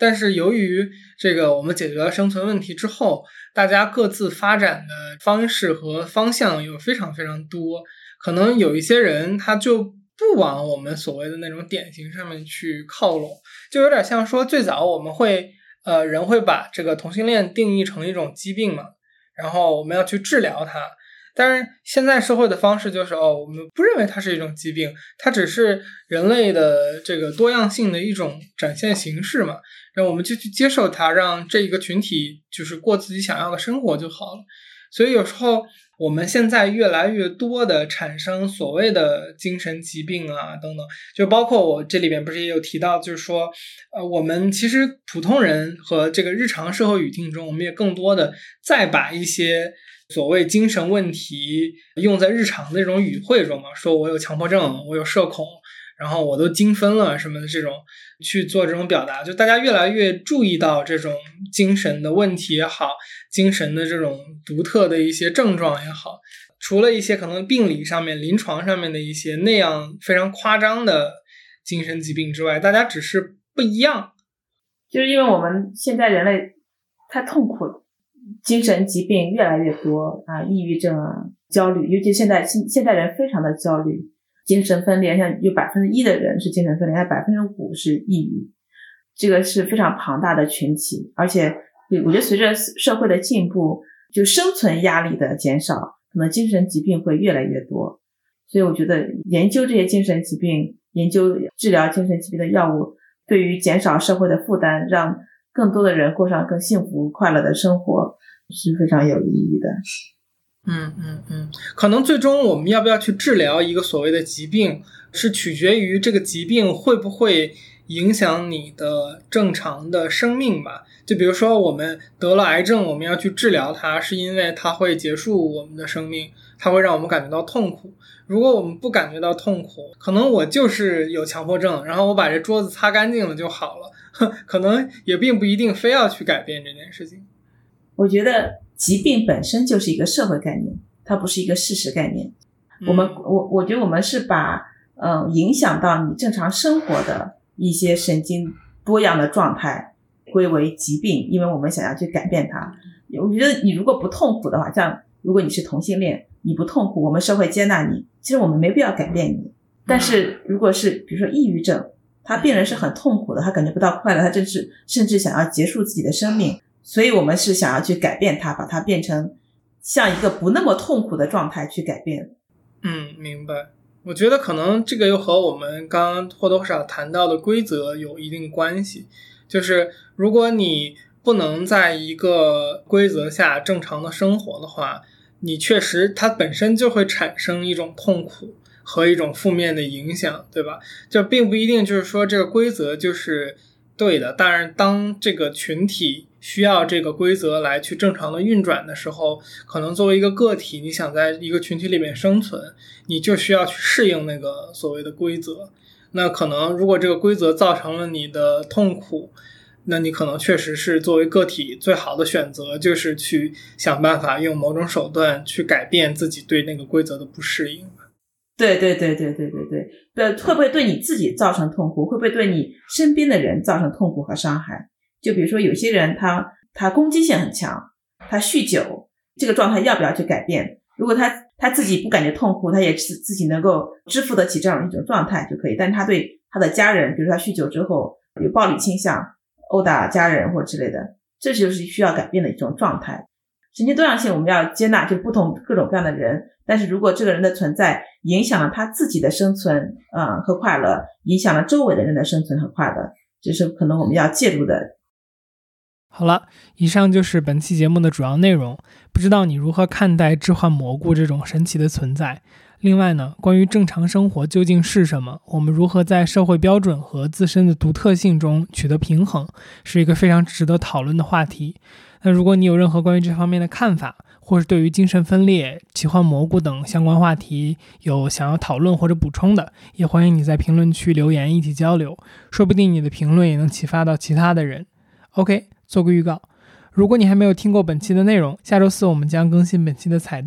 但是由于这个我们解决了生存问题之后，大家各自发展的方式和方向有非常非常多，可能有一些人他就不往我们所谓的那种典型上面去靠拢，就有点像说最早我们会呃人会把这个同性恋定义成一种疾病嘛，然后我们要去治疗它。但是现在社会的方式就是哦，我们不认为它是一种疾病，它只是人类的这个多样性的一种展现形式嘛，然后我们就去接受它，让这一个群体就是过自己想要的生活就好了。所以有时候我们现在越来越多的产生所谓的精神疾病啊等等，就包括我这里边不是也有提到，就是说呃，我们其实普通人和这个日常社会语境中，我们也更多的再把一些所谓精神问题用在日常的这种语汇中嘛，说我有强迫症，我有社恐，然后我都精分了什么的，这种去做这种表达，就大家越来越注意到这种精神的问题也好，精神的这种独特的一些症状也好，除了一些可能病理上面临床上面的一些那样非常夸张的精神疾病之外，大家只是不一样。 就是因为我们现在人类太痛苦了，精神疾病越来越多啊，抑郁症啊，焦虑，尤其现在现代人非常的焦虑，精神分裂，像有百分之一的人是精神分裂，还百分之五是抑郁，这个是非常庞大的群体。而且我觉得随着社会的进步，就生存压力的减少，可能精神疾病会越来越多。所以我觉得研究这些精神疾病，研究治疗精神疾病的药物，对于减少社会的负担，让更多的人过上更幸福快乐的生活是非常有意义的。 嗯嗯嗯，可能最终我们要不要去治疗一个所谓的疾病，是取决于这个疾病会不会影响你的正常的生命吧。就比如说我们得了癌症，我们要去治疗它，是因为它会结束我们的生命，它会让我们感觉到痛苦。如果我们不感觉到痛苦，可能我就是有强迫症，然后我把这桌子擦干净了就好了，可能也并不一定非要去改变这件事情。 我觉得疾病本身就是一个社会概念，它不是一个事实概念。 嗯、 我们我我觉得我们是把嗯、呃、影响到你正常生活的一些神经多样的状态归为疾病，因为我们想要去改变它。我觉得你如果不痛苦的话，像如果你是同性恋，你不痛苦，我们社会接纳你，其实我们没必要改变你。但是如果是比如说抑郁症，他病人是很痛苦的，他感觉不到快乐，他真是甚至想要结束自己的生命，所以我们是想要去改变它，把它变成像一个不那么痛苦的状态去改变。 嗯，明白。我觉得可能这个又和我们刚刚或多或少谈到的规则有一定关系，就是如果你不能在一个规则下正常的生活的话，你确实它本身就会产生一种痛苦和一种负面的影响，对吧？就并不一定就是说这个规则就是对的，当然当这个群体需要这个规则来去正常的运转的时候，可能作为一个个体，你想在一个群体里面生存，你就需要去适应那个所谓的规则。那可能如果这个规则造成了你的痛苦，那你可能确实是作为个体最好的选择就是去想办法用某种手段去改变自己对那个规则的不适应。 对对对对对对对对，会不会对你自己造成痛苦，会不会对你身边的人造成痛苦和伤害。就比如说有些人他他攻击性很强，他酗酒，这个状态要不要去改变？如果他他自己不感觉痛苦，他也自自己能够支付得起这样一种状态就可以，但他对他的家人，比如说他酗酒之后有暴力倾向，殴打家人或之类的，这就是需要改变的一种状态。神经多样性我们要接纳，就不同各种各样的人，但是如果这个人的存在影响了他自己的生存呃和快乐，影响了周围的人的生存和快乐，这是可能我们要介入的。 好了，以上就是本期节目的主要内容。不知道你如何看待致幻蘑菇这种神奇的存在？另外呢，关于正常生活究竟是什么，我们如何在社会标准和自身的独特性中取得平衡，是一个非常值得讨论的话题。那如果你有任何关于这方面的看法，或是对于精神分裂、奇幻蘑菇等相关话题有想要讨论或者补充的，也欢迎你在评论区留言一起交流，说不定你的评论也能启发到其他的人。 OK， 做个预告，如果你还没有听过本期的内容，下周四我们将更新本期的彩蛋，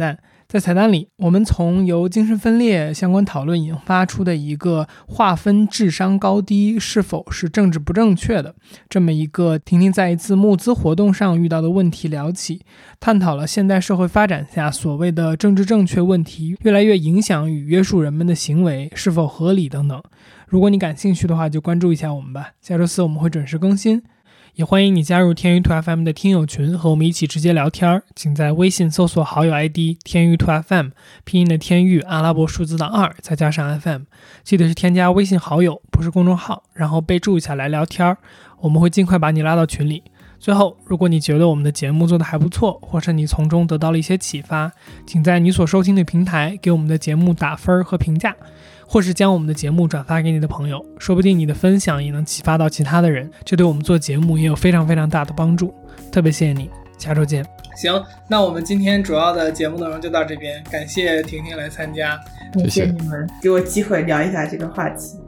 在彩蛋里，我们从由精神分裂相关讨论引发出的一个划分智商高低是否是政治不正确的这么一个婷婷在一次募资活动上遇到的问题聊起，探讨了现代社会发展下所谓的政治正确问题越来越影响与约束人们的行为是否合理等等。如果你感兴趣的话，就关注一下我们吧。下周四我们会准时更新，也欢迎你加入天娱兔 F M 的听友群，和我们一起直接聊天。请在微信搜索好友 I D 天娱兔 F M， 拼音的天娱，阿拉伯数字的二，再加上 F M， 记得是添加微信好友，不是公众号，然后备注一下来聊天，我们会尽快把你拉到群里。最后，如果你觉得我们的节目做得还不错，或是你从中得到了一些启发，请在你所收听的平台给我们的节目打分和评价，或是将我们的节目转发给你的朋友，说不定你的分享也能启发到其他的人，这对我们做节目也有非常非常大的帮助。特别谢谢你，下周见。行，那我们今天主要的节目内容就到这边，感谢婷婷来参加， 感谢你们给我机会聊一下这个话题。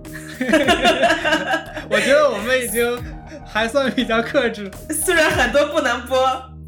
我觉得我们已经还算比较克制， 虽然很多不能播。